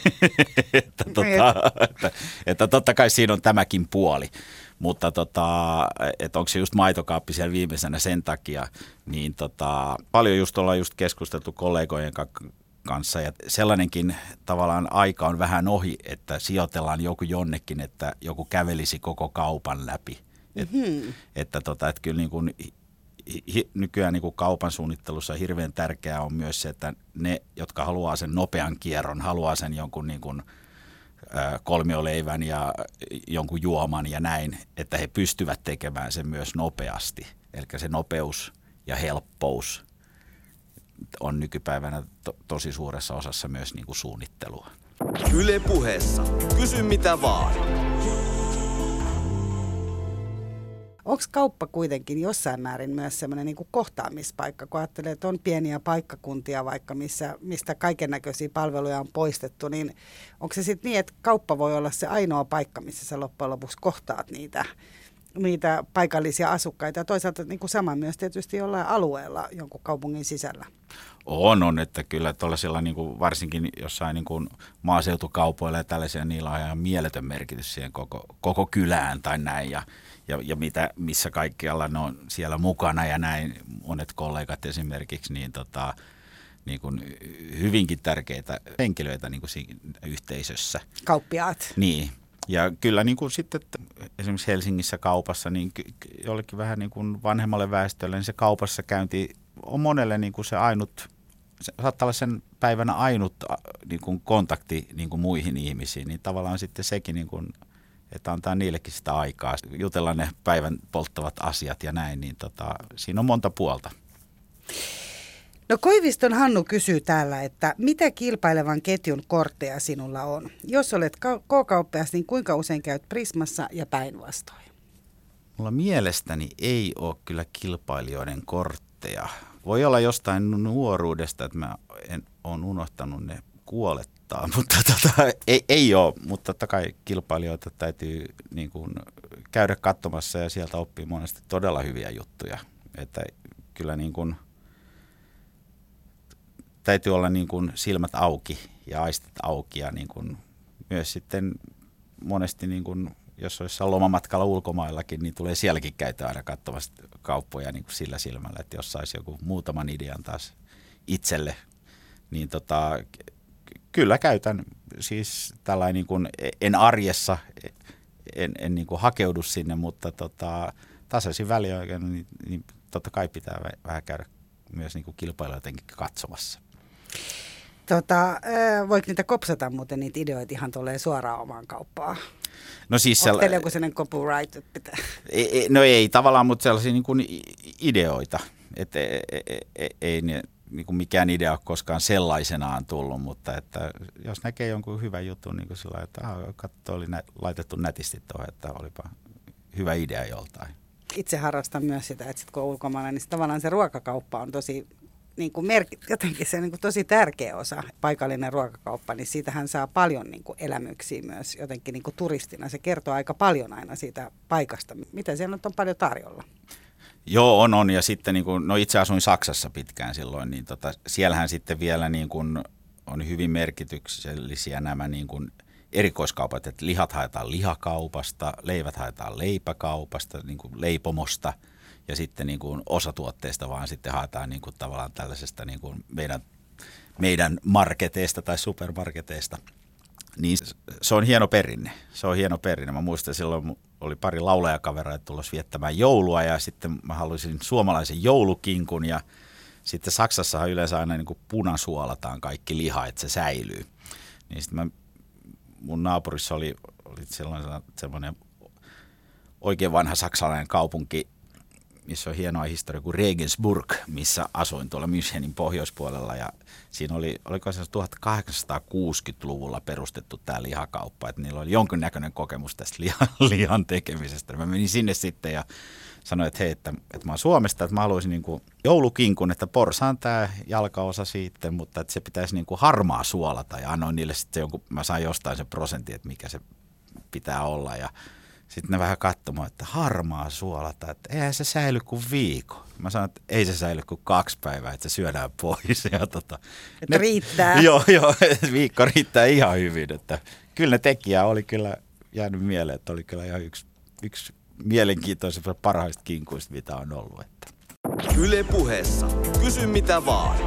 että, tota, että, että totta kai siinä on tämäkin puoli, mutta tota, että onko se just maitokaappi siellä viimeisenä sen takia, niin tota, paljon just ollaan just keskusteltu kollegojen kanssa, kanssa. Ja sellainenkin tavallaan aika on vähän ohi, että sijoitellaan joku jonnekin, että joku kävelisi koko kaupan läpi. Mm-hmm. Et, että, tota, että kyllä niin kuin, hi, nykyään niin kuin kaupan suunnittelussa hirveän tärkeää on myös se, että ne, jotka haluaa sen nopean kierron, haluaa sen jonkun niin kuin, ä, kolmioleivän ja jonkun juoman ja näin, että he pystyvät tekemään sen myös nopeasti. Eli se nopeus ja helppous on nykypäivänä to, tosi suuressa osassa myös niin kuin suunnittelua. Yle Puheessa. Kysy mitä vaan. Onko kauppa kuitenkin jossain määrin myös semmoinen niin kuin kohtaamispaikka, kun ajattelee, että on pieniä paikkakuntia vaikka, missä, mistä kaiken näköisiä palveluja on poistettu, niin onko se sitten niin, että kauppa voi olla se ainoa paikka, missä sä loppujen lopuksi kohtaat niitä, niitä paikallisia asukkaita ja toisaalta niin kuin sama myös tietysti jollain alueella jonkun kaupungin sisällä? On, on, että kyllä tuollaisilla niin kuin varsinkin jossain niin kuin maaseutukaupoilla ja tällaisia, niillä on ihan mieletön merkitys siihen koko, koko kylään tai näin ja, ja, ja mitä, missä kaikkialla ne on siellä mukana ja näin monet kollegat esimerkiksi, niin, tota, niin kuin hyvinkin tärkeitä henkilöitä niin kuin siinä yhteisössä. Kauppiaat. Niin. Ja kyllä niin kuin sitten esimerkiksi Helsingissä kaupassa, niin jollekin vähän niin kuin vanhemmalle väestölle, niin se kaupassa käynti on monelle niin kuin se ainut, se saattaa olla sen päivänä ainut niin kuin kontakti niin kuin muihin ihmisiin, niin tavallaan sitten sekin, niin kuin, että antaa niillekin sitä aikaa, jutella ne päivän polttavat asiat ja näin, niin tota, siinä on monta puolta. No Koiviston Hannu kysyy täällä, että mitä kilpailevan ketjun kortteja sinulla on? Jos olet K-kauppias, niin kuinka usein käyt Prismassa ja päinvastoin? Mulla mielestäni ei ole kyllä kilpailijoiden kortteja. Voi olla jostain nuoruudesta, että mä en ole unohtanut ne kuolettaa, mutta tota, ei, ei ole. Mutta totta kai kilpailijoita täytyy niin kuin käydä katsomassa ja sieltä oppii monesti todella hyviä juttuja. Että kyllä niin kuin täytyy olla niin kuin silmät auki ja aistit auki ja niin kuin myös sitten monesti, niin kuin, jos olisi lomamatkalla ulkomaillakin, niin tulee sielläkin käytyä aina katsomassa kauppoja niin kuin sillä silmällä, että jos saisi joku muutaman idean taas itselle, niin tota, kyllä käytän siis tällainen, niin kuin, en arjessa, en, en niin kuin hakeudu sinne, mutta tota, tasaisin väliin, niin, niin totta kai pitää vähän käydä myös niin kuin kilpailijoidenkin katsomassa. Tota, voiko niitä kopsata muuten niitä ideoita ihan tulee suoraan omaan kauppaan? No siis onko teillä joku sellainen copyright? Pitää? Ei, no ei tavallaan, mutta sellaisia niin kuin ideoita. Että ei, ei, ei, ei niin kuin mikään idea ole koskaan sellaisenaan tullut, mutta että jos näkee jonkun hyvän jutun, niin kuin sillä että katso, oli nä- laitettu nätisti tuohon, että olipa hyvä idea joltain. Itse harrastan myös sitä, että sit kun on ulkomailla, niin tavallaan se ruokakauppa on tosi, niin kuin merk, jotenkin se niin kuin tosi tärkeä osa. Paikallinen ruokakauppa, niin siitähän saa paljon niin kuin elämyksiä myös jotenkin niin kuin turistina. Se kertoo aika paljon aina siitä paikasta. Mitä siellä nyt on paljon tarjolla? Joo, on, on. Ja sitten niin kuin, no itse asuin Saksassa pitkään silloin, niin tota, siellähän sitten vielä niin kuin on hyvin merkityksellisiä nämä niin kuin erikoiskaupat, että lihat haetaan lihakaupasta, leivät haetaan leipäkaupasta, niin kuin leipomosta ja sitten niin kuin osa tuotteista vaan sitten haetaan niin kuin tavallaan tällaisesta niin kuin meidän, meidän marketeista tai supermarketeista. Niin se on hieno perinne, se on hieno perinne. Mä muistan, silloin oli pari laulajakaveria tulossa viettämään joulua ja sitten mä halusin suomalaisen joulukinkun ja sitten Saksassahan yleensä aina niin kuin punasuolataan kaikki liha, että se säilyy. Niin sitten mä, mun naapurissa oli, oli sellainen, sellainen oikein vanha saksalainen kaupunki, missä on hienoa historia kuin Regensburg, missä asuin tuolla Münchenin pohjoispuolella. Ja siinä oli, oliko se tuhatkahdeksansataakuusikymmentäluvulla perustettu tämä lihakauppa, että niillä oli jonkinnäköinen kokemus tästä lihan, lihan tekemisestä. Mä menin sinne sitten ja sanoin, että hei, että, että mä oon Suomesta, että mä haluaisin niin kuin joulukinkun, että porsaan tämä jalkaosa siitä, mutta että se pitäisi niin kuin harmaa suolata ja annoin niille sitten jonkun, mä sain jostain sen prosentin, että mikä se pitää olla ja sitten ne vähän katsomaan, että harmaa suolata, että eihän se säily kuin viikon. Mä sanoin, että ei se säily kuin kaksi päivää, että se syödään pois. Ja tota, että ne, riittää. Joo, joo, viikko riittää ihan hyvin. Että kyllä ne tekijä oli kyllä jäänyt mieleen, että oli kyllä ihan yksi, yksi mielenkiintoisista parhaista kinkuista, mitä on ollut. Että. Yle Puheessa. Kysy mitä vaan.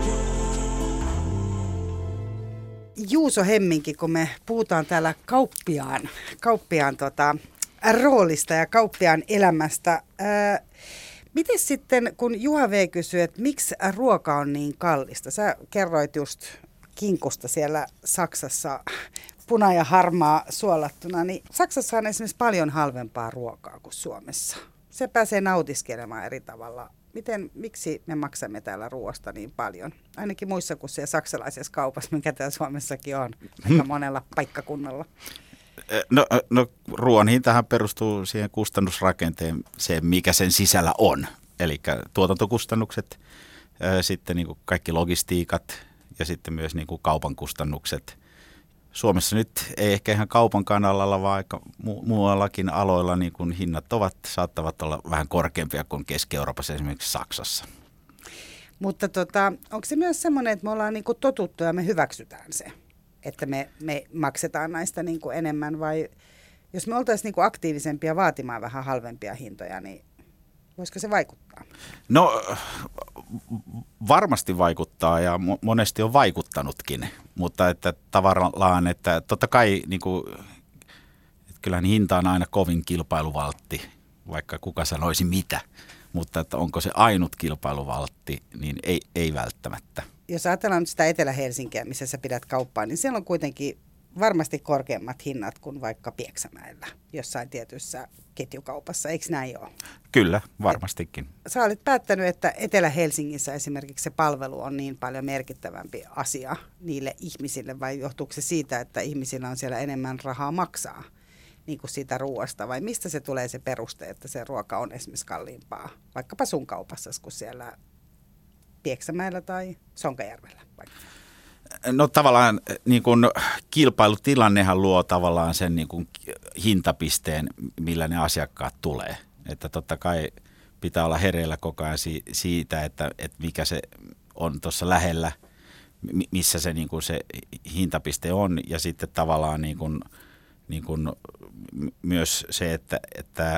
Juuso Hemminki, kun me puhutaan täällä kauppiaan, kauppiaan tota, roolista ja kauppiaan elämästä. Ää, miten sitten, kun Juha V. kysyy, että miksi ruoka on niin kallista? Sä kerroit just kinkusta siellä Saksassa, puna ja harmaa suolattuna, niin Saksassa on esimerkiksi paljon halvempaa ruokaa kuin Suomessa. Se pääsee nautiskelemaan eri tavalla. Miten, miksi me maksamme täällä ruoasta niin paljon? Ainakin muissa kuin siellä saksalaisessa kaupassa, mikä täällä Suomessakin on, aika monella paikkakunnalla. No, no ruoan hintahan perustuu siihen kustannusrakenteeseen, mikä sen sisällä on. Eli tuotantokustannukset, sitten niin kuin kaikki logistiikat ja sitten myös niin kuin kaupan kustannukset. Suomessa nyt ei ehkä ihan kaupankaan alalla, vaan aika mu- muuallakin aloilla niin kun hinnat ovat, saattavat olla vähän korkeampia kuin Keski-Euroopassa, esimerkiksi Saksassa. Mutta tota, onko se myös semmoinen, että me ollaan niin kuin totuttu ja me hyväksytään se, että me, me maksetaan näistä niin kuin enemmän, vai jos me oltaisiin niin kuin aktiivisempia vaatimaan vähän halvempia hintoja, niin voisiko se vaikuttaa? No varmasti vaikuttaa ja monesti on vaikuttanut,kin, mutta että tavallaan, että totta kai niin kuin, että kyllähän hinta on aina kovin kilpailuvaltti, vaikka kuka sanoisi mitä, mutta että onko se ainut kilpailuvaltti, niin ei, ei välttämättä. Jos ajatellaan nyt sitä Etelä-Helsinkiä, missä sä pidät kauppaa, niin siellä on kuitenkin varmasti korkeammat hinnat kuin vaikka Pieksämäellä, jossain tietyssä ketjukaupassa, eikö näin ole? Kyllä, varmastikin. Sä olet päättänyt, että Etelä-Helsingissä esimerkiksi se palvelu on niin paljon merkittävämpi asia niille ihmisille, vai johtuuko se siitä, että ihmisillä on siellä enemmän rahaa maksaa niin kuin siitä ruoasta, vai mistä se tulee se peruste, että se ruoka on esimerkiksi kalliimpaa, vaikkapa sun kaupassa kuin siellä Pieksämäellä tai Sonkajärvellä vaikka? No tavallaan niin kuin kilpailutilannehan luo tavallaan sen niin kuin hintapisteen, millä ne asiakkaat tulee. Että totta kai pitää olla hereillä koko ajan siitä, että, että mikä se on tuossa lähellä, missä se, niin kuin se hintapiste on. Ja sitten tavallaan niin kuin, niin kuin myös se, että, että,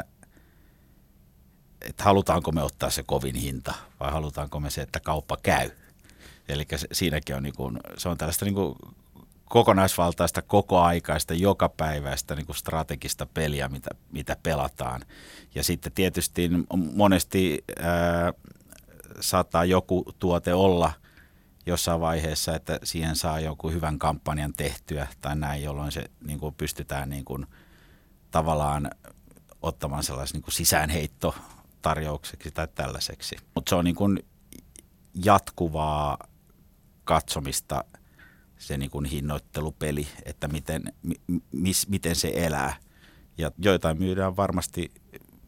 että halutaanko me ottaa se kovin hinta vai halutaanko me se, että kauppa käy. Eli siinäkin on, niin kuin, se on tällaista niin kuin kokonaisvaltaista, kokoaikaista, jokapäiväistä niin kuin strategista peliä, mitä, mitä pelataan. Ja sitten tietysti monesti ää, saattaa joku tuote olla jossain vaiheessa, että siihen saa joku hyvän kampanjan tehtyä tai näin, jolloin se niin kuin pystytään niin kuin, tavallaan ottamaan sellaisen niin kuin sisäänheittotarjoukseksi tai tällaiseksi. Mutta se on niin kuin jatkuvaa katsomista se niin kuin hinnoittelupeli, että miten, mis, miten se elää. Ja joitain myydään varmasti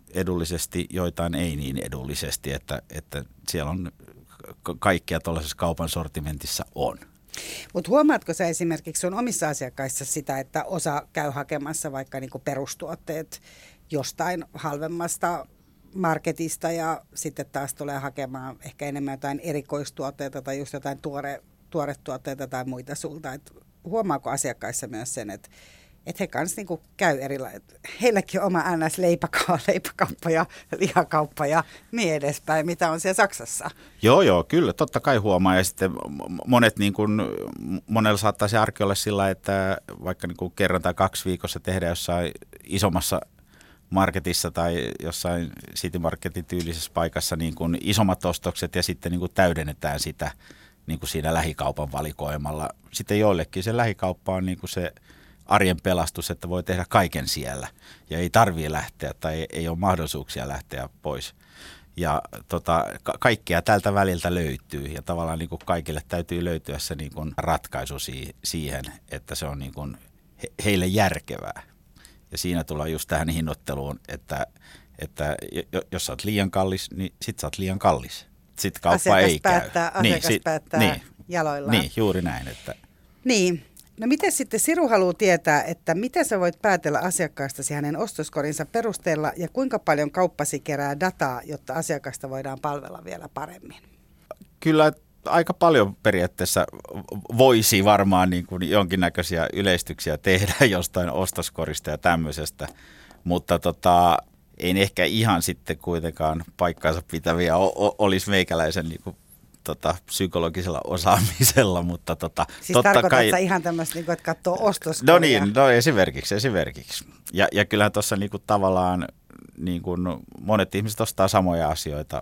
edullisesti, joitain ei niin edullisesti, että, että siellä on kaikkea tuollaisessa kaupan sortimentissa on. Mutta huomaatko sä esimerkiksi sun omissa asiakkaissa sitä, että osa käy hakemassa vaikka niinku perustuotteet jostain halvemmasta marketista ja sitten taas tulee hakemaan ehkä enemmän jotain erikoistuotteita tai just jotain tuore, tuoretuotteita tai muita sulta. Et huomaako asiakkaissa myös sen, että et he kanssa niinku käy erilaisia, heilläkin on oma N S-leipäkauppa ja lihakauppa ja niin edespäin, mitä on siellä Saksassa. Joo, joo, kyllä, totta kai huomaa. Ja sitten monet, niin kuin, monella saattaa se arki olla sillä, että vaikka niin kuin kerran tai kaksi viikossa tehdään jossain isommassa marketissa tai jossain City Marketin tyylisessä paikassa niin kuin isommat ostokset ja sitten niin kuin täydennetään sitä niin kuin siinä lähikaupan valikoimalla. Sitten joillekin se lähikauppa on niin kuin se arjen pelastus, että voi tehdä kaiken siellä ja ei tarvitse lähteä tai ei, ei ole mahdollisuuksia lähteä pois. Ja tota, ka- kaikkea tältä väliltä löytyy ja tavallaan niin kuin kaikille täytyy löytyä se niin kuin ratkaisu si- siihen, että se on niin kuin he- heille järkevää. Ja siinä tullaan just tähän hinnoitteluun, että, että jos sä oot liian kallis, niin sit sä oot liian kallis. Sitten kauppa asiakas ei päättää, käy. Asiakas niin, päättää niin, jaloillaan. Niin, juuri näin. Että. Niin. No miten sitten Siru haluaa tietää, että mitä sä voit päätellä asiakkaastasi hänen ostoskorinsa perusteella ja kuinka paljon kauppasi kerää dataa, jotta asiakasta voidaan palvella vielä paremmin? Kyllä aika paljon periaatteessa voisi varmaan niin kuin jonkinnäköisiä yleistyksiä tehdä jostain ostoskorista ja tämmöisestä, mutta tota, ei ehkä ihan sitten kuitenkaan paikkaansa pitäviä o- o- olisi meikäläisen niin kuin Tota, psykologisella osaamisella, mutta tota, siis totta tarkoitatko kai. Sä ihan tämmöistä, niin että katsoo ostoskoria? No niin, no esimerkiksi, esimerkiksi. Ja, ja kyllähän tuossa niinku tavallaan niinku monet ihmiset ostaa samoja asioita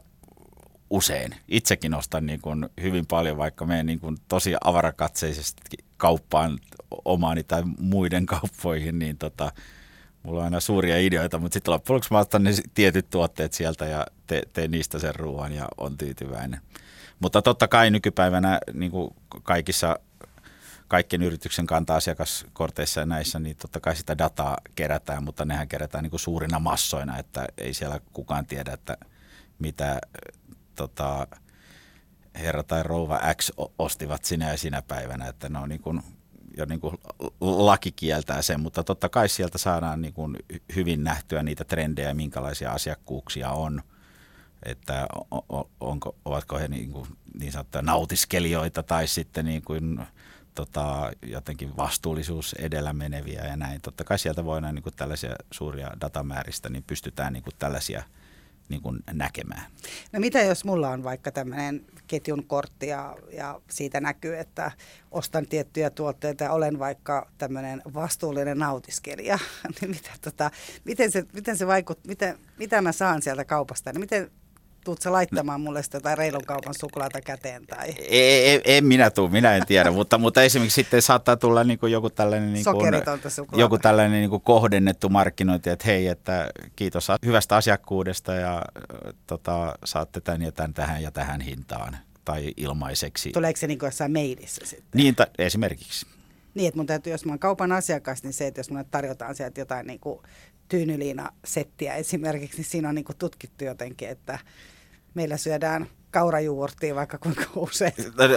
usein. Itsekin ostan niinku hyvin paljon, vaikka menen niinku tosi avarakatseisesti kauppaan omaani tai muiden kauppoihin, niin tota, mulla on aina suuria ideoita, mutta sitten loppujen lopuksi mä ostan ne tietyt tuotteet sieltä ja te, teen niistä sen ruoan ja on tyytyväinen. Mutta totta kai nykypäivänä niin kuin kaikissa, kaikkien yrityksen kanta-asiakaskorteissa ja näissä, niin totta kai sitä dataa kerätään, mutta nehän kerätään niin kuin suurina massoina, että ei siellä kukaan tiedä, että mitä tota, herra tai rouva X ostivat sinä ja sinä päivänä, että ne on niin kuin, jo niin kuin laki kieltää sen, mutta totta kai sieltä saadaan niin kuin hyvin nähtyä niitä trendejä, minkälaisia asiakkuuksia on. Että onko, ovatko he niin, kuin, niin sanottuja nautiskelijoita tai sitten niin kuin, tota, jotenkin vastuullisuus edellä meneviä ja näin. Totta kai sieltä voidaan niin kuin tällaisia suuria datamääristä, niin pystytään niin kuin tällaisia niin kuin näkemään. No mitä jos mulla on vaikka tämmöinen ketjun kortti ja, ja siitä näkyy, että ostan tiettyjä tuotteita ja olen vaikka tämmöinen vastuullinen nautiskelija, niin mitä, tota, miten, se, miten se vaikuttaa, miten, mitä mä saan sieltä kaupasta, niin miten tuut sä laittamaan mulle sitä jotain reilun kaupan suklaata käteen? Tai? Ei, ei, en minä tule, minä en tiedä, mutta, mutta esimerkiksi sitten saattaa tulla niin kuin joku tällainen, niin kuin, joku tällainen niin kuin kohdennettu markkinointi, että hei, että kiitos hyvästä asiakkuudesta ja tota, saatte tämän ja tämän tähän ja tähän hintaan tai ilmaiseksi. Tuleeko se niin kuin jossain mailissa sitten? Niin, ta- esimerkiksi. Niin, että mun täytyy, jos mä oon kaupan asiakas, niin se, että jos mulle tarjotaan sieltä jotain niin kuin tyynyliina-settiä esimerkiksi, niin siinä on niin kuin tutkittu jotenkin, että meillä syödään kaurajuurtia vaikka kuinka usein.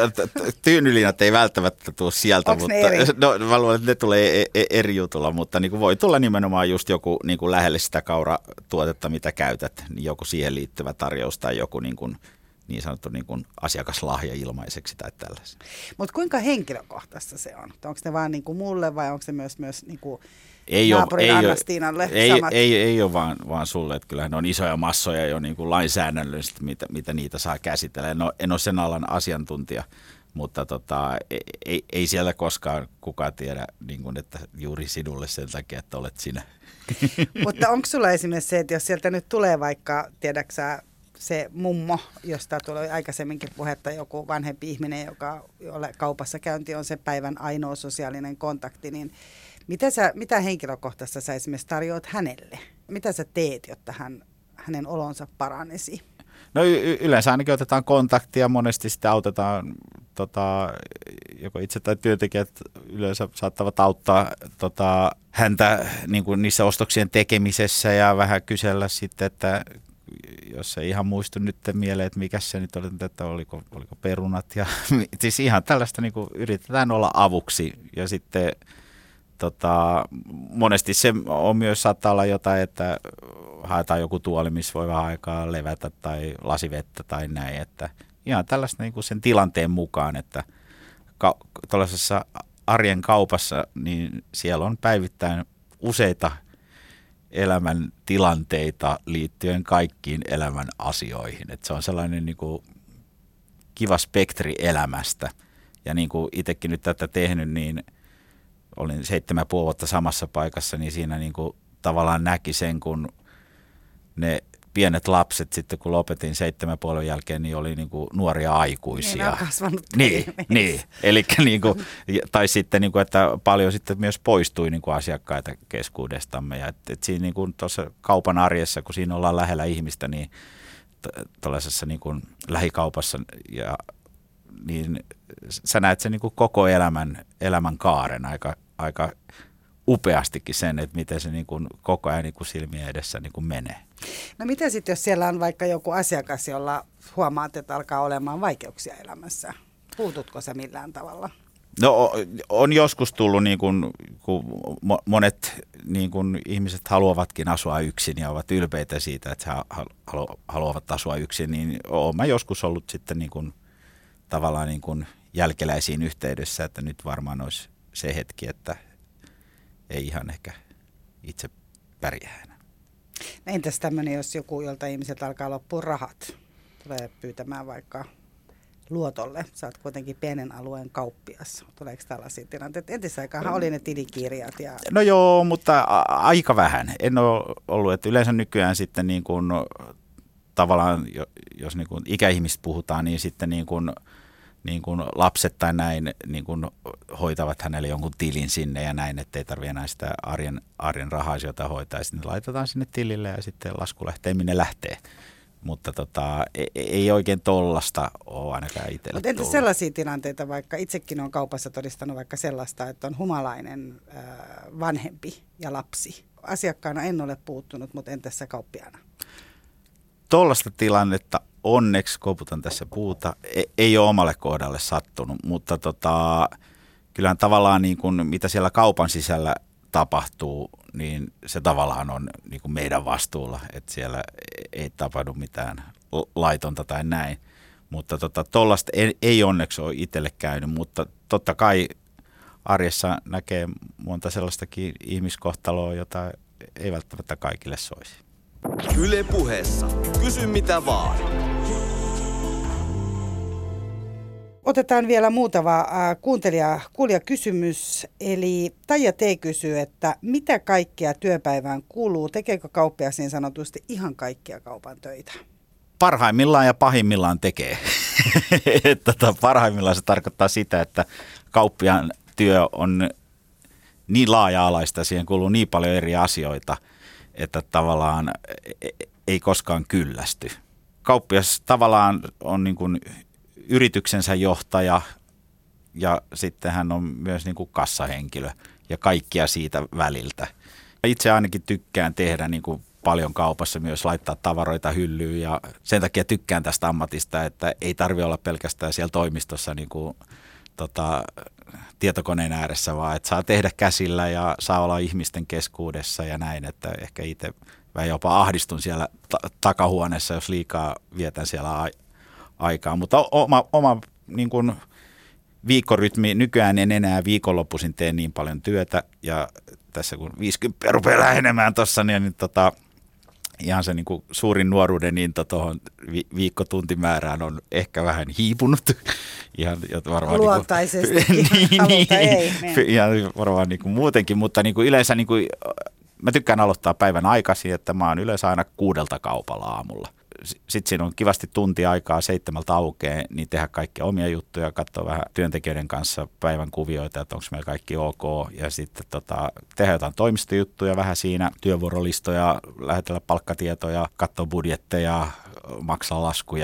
Tyynyliinat ei välttämättä tule sieltä, Onks mutta ne eri? No, mä luulen, että ne tulee eri jutulla, mutta niin kuin voi tulla nimenomaan just joku niin kuin lähelle sitä kauratuotetta, mitä käytät, niin joku siihen liittyvä tarjous tai joku niin, kuin, niin sanottu niin kuin asiakaslahja ilmaiseksi tai tällaisen. Mutta kuinka henkilökohtaista se on? Onko ne vaan niin kuin mulle vai onko se myös, myös niin kuin ei naapurin ole, Anna-Stiinalle ei, samat? Ei, ei, ei ole vaan, vaan sulle, että kyllähän ne on isoja massoja jo niin kuin lainsäädännöllisesti, mitä, mitä niitä saa käsitellä. En ole, en ole sen alan asiantuntija, mutta tota, ei, ei, ei siellä koskaan kukaan tiedä, niin kuin, että juuri sinulle sen takia, että olet sinä. Mutta onko sulla esimerkiksi se, että jos sieltä nyt tulee vaikka, tiedätkö sä, se mummo, josta tuli aikaisemminkin puhetta, joku vanhempi ihminen, joka jolle kaupassa käynti on se päivän ainoa sosiaalinen kontakti, niin mitä, sä, mitä henkilökohtaista sä esimerkiksi tarjoat hänelle? Mitä sä teet, jotta hän, hänen olonsa paranesi? No y- yleensä ainakin otetaan kontaktia, monesti sitten autetaan tota, joko itse tai työntekijät yleensä saattavat auttaa tota, häntä niin kuin niissä ostoksien tekemisessä ja vähän kysellä sitten, että jos ei ihan muistu nyt mieleen, että mikä se nyt oli, että oliko, oliko perunat. Ja, siis ihan tällaista niin kuin yritetään olla avuksi ja sitten tota, monesti se on myös saattaa olla jotain, että haetaan joku tuoli, missä voi vähän aikaa levätä tai lasivettä tai näin, että ihan tällaista niin kuin sen tilanteen mukaan, että ka- tuollaisessa arjen kaupassa, niin siellä on päivittäin useita elämän tilanteita liittyen kaikkiin elämän asioihin. Et se on sellainen niin kuin kiva spektri elämästä. Ja niin kuin itsekin nyt tätä tehnyt, niin olin seitsemän puoli vuotta samassa paikassa, niin siinä niin kuin tavallaan näki sen, kun ne pienet lapset sitten, kun lopetin seitsemän puolen jälkeen, niin oli niin kuin nuoria aikuisia. Niin, on kasvanut. Niin, niin. Eli niin kuin, tai sitten, niin kuin, että paljon sitten myös poistui niin kuin asiakkaita keskuudestamme. Ja että, että siinä niin kuin tuossa kaupan arjessa, kun siinä ollaan lähellä ihmistä, niin tuollaisessa niin kuin lähikaupassa, ja, niin sä näet sen niin kuin koko elämän, elämän kaaren aika, aika upeastikin sen, että miten se niin kuin koko ajan niin kuin silmien edessä niin kuin menee. No miten sitten, jos siellä on vaikka joku asiakas, jolla huomaat, että alkaa olemaan vaikeuksia elämässä? Puututko sä millään tavalla? No on joskus tullut, niin kuin, kun monet niin kuin ihmiset haluavatkin asua yksin ja ovat ylpeitä siitä, että he haluavat asua yksin, niin olen mä joskus ollut sitten niin kuin, tavallaan niin kuin jälkeläisiin yhteydessä, että nyt varmaan olisi se hetki, että ei ihan ehkä itse pärjää enää. No entäs tämmöinen, jos joku, jolta ihmiset alkaa loppua rahat, tulee pyytämään vaikka luotolle. Sä oot kuitenkin pienen alueen kauppias. Tuleeko tällaisia tilanteita? Entisaikaan oli ne tilikirjat. Ja... No joo, mutta a- aika vähän. En ole ollut, että yleensä nykyään sitten niin kuin, tavallaan, jos niin kuin ikäihmistä puhutaan, niin sitten niin kuin, niin kuin lapset tai näin niin kuin hoitavat hänelle jonkun tilin sinne ja näin, ettei tarvitse enää sitä arjen, arjen raha-asioita hoitaa. Ja sitten laitetaan sinne tilille ja sitten lasku lähtee, minne lähtee. Mutta tota, ei, ei oikein tollasta ole ainakaan itselle. Mutta entä sellaisia tilanteita, vaikka itsekin olen kaupassa todistanut vaikka sellaista, että on humalainen äh, vanhempi ja lapsi. Asiakkaana en ole puuttunut, mutta entäs sä kauppiaana? Tollasta tilannetta onneksi, koputan tässä puuta, ei, ei ole omalle kohdalle sattunut, mutta tota, kyllähän tavallaan niin kuin, mitä siellä kaupan sisällä tapahtuu, niin se tavallaan on niin kuin meidän vastuulla, että siellä ei tapahdu mitään laitonta tai näin. Mutta tota, tollaista ei, ei onneksi ole itselle käynyt, mutta totta kai arjessa näkee monta sellaistakin ihmiskohtaloa, jota ei välttämättä kaikille soisi. Yle Puheessa. Kysy mitä vaan. Otetaan vielä muutama äh, kuuntelija, kuulijakysymys. Eli Taija T. kysyy, että mitä kaikkea työpäivään kuuluu? Tekeekö kauppias niin sanotusti ihan kaikkia kaupan töitä? Parhaimmillaan ja pahimmillaan tekee. että parhaimmillaan se tarkoittaa sitä, että kauppiaan työ on niin laaja-alaista, siihen kuuluu niin paljon eri asioita, että tavallaan ei koskaan kyllästy. Kauppias tavallaan on niin kuin yrityksensä johtaja ja sitten hän on myös niin kuin kassahenkilö ja kaikkia siitä väliltä. Itse ainakin tykkään tehdä niin kuin paljon kaupassa, myös laittaa tavaroita hyllyyn ja sen takia tykkään tästä ammatista, että ei tarvitse olla pelkästään siellä toimistossa niin kuin, tota, tietokoneen ääressä, vaan että saa tehdä käsillä ja saa olla ihmisten keskuudessa ja näin, että ehkä itse vähän jopa ahdistun siellä ta- takahuoneessa, jos liikaa vietän siellä a- aikaa, mutta oma, oma niin kuin viikkorytmi, nykyään en enää viikonloppuisin tee niin paljon työtä ja tässä kun viisikymmentä rupeaa lähenemään tuossa, niin, niin tota, ihan se niin kuin suurin nuoruuden into tuohon vi- viikkotuntimäärään on ehkä vähän hiipunut. Ihan, varmaan luontaisesti, niin kuin, haluta ei. Niin, ihan varmaan niin kuin muutenkin, mutta niin kuin yleensä niin kuin, mä tykkään aloittaa päivän aikaisin, että mä oon yleensä aina kuudelta kaupalla aamulla. Sitten siinä on kivasti tunti aikaa seitsemältä aukeaa, niin tehdä kaikkia omia juttuja, katsoa vähän työntekijöiden kanssa päivän kuvioita, että onko meillä kaikki ok. Ja sitten tota, tehdä jotain toimistojuttuja vähän siinä, työvuorolistoja, lähetellä palkkatietoja, katsoa budjetteja, maksaa laskuja,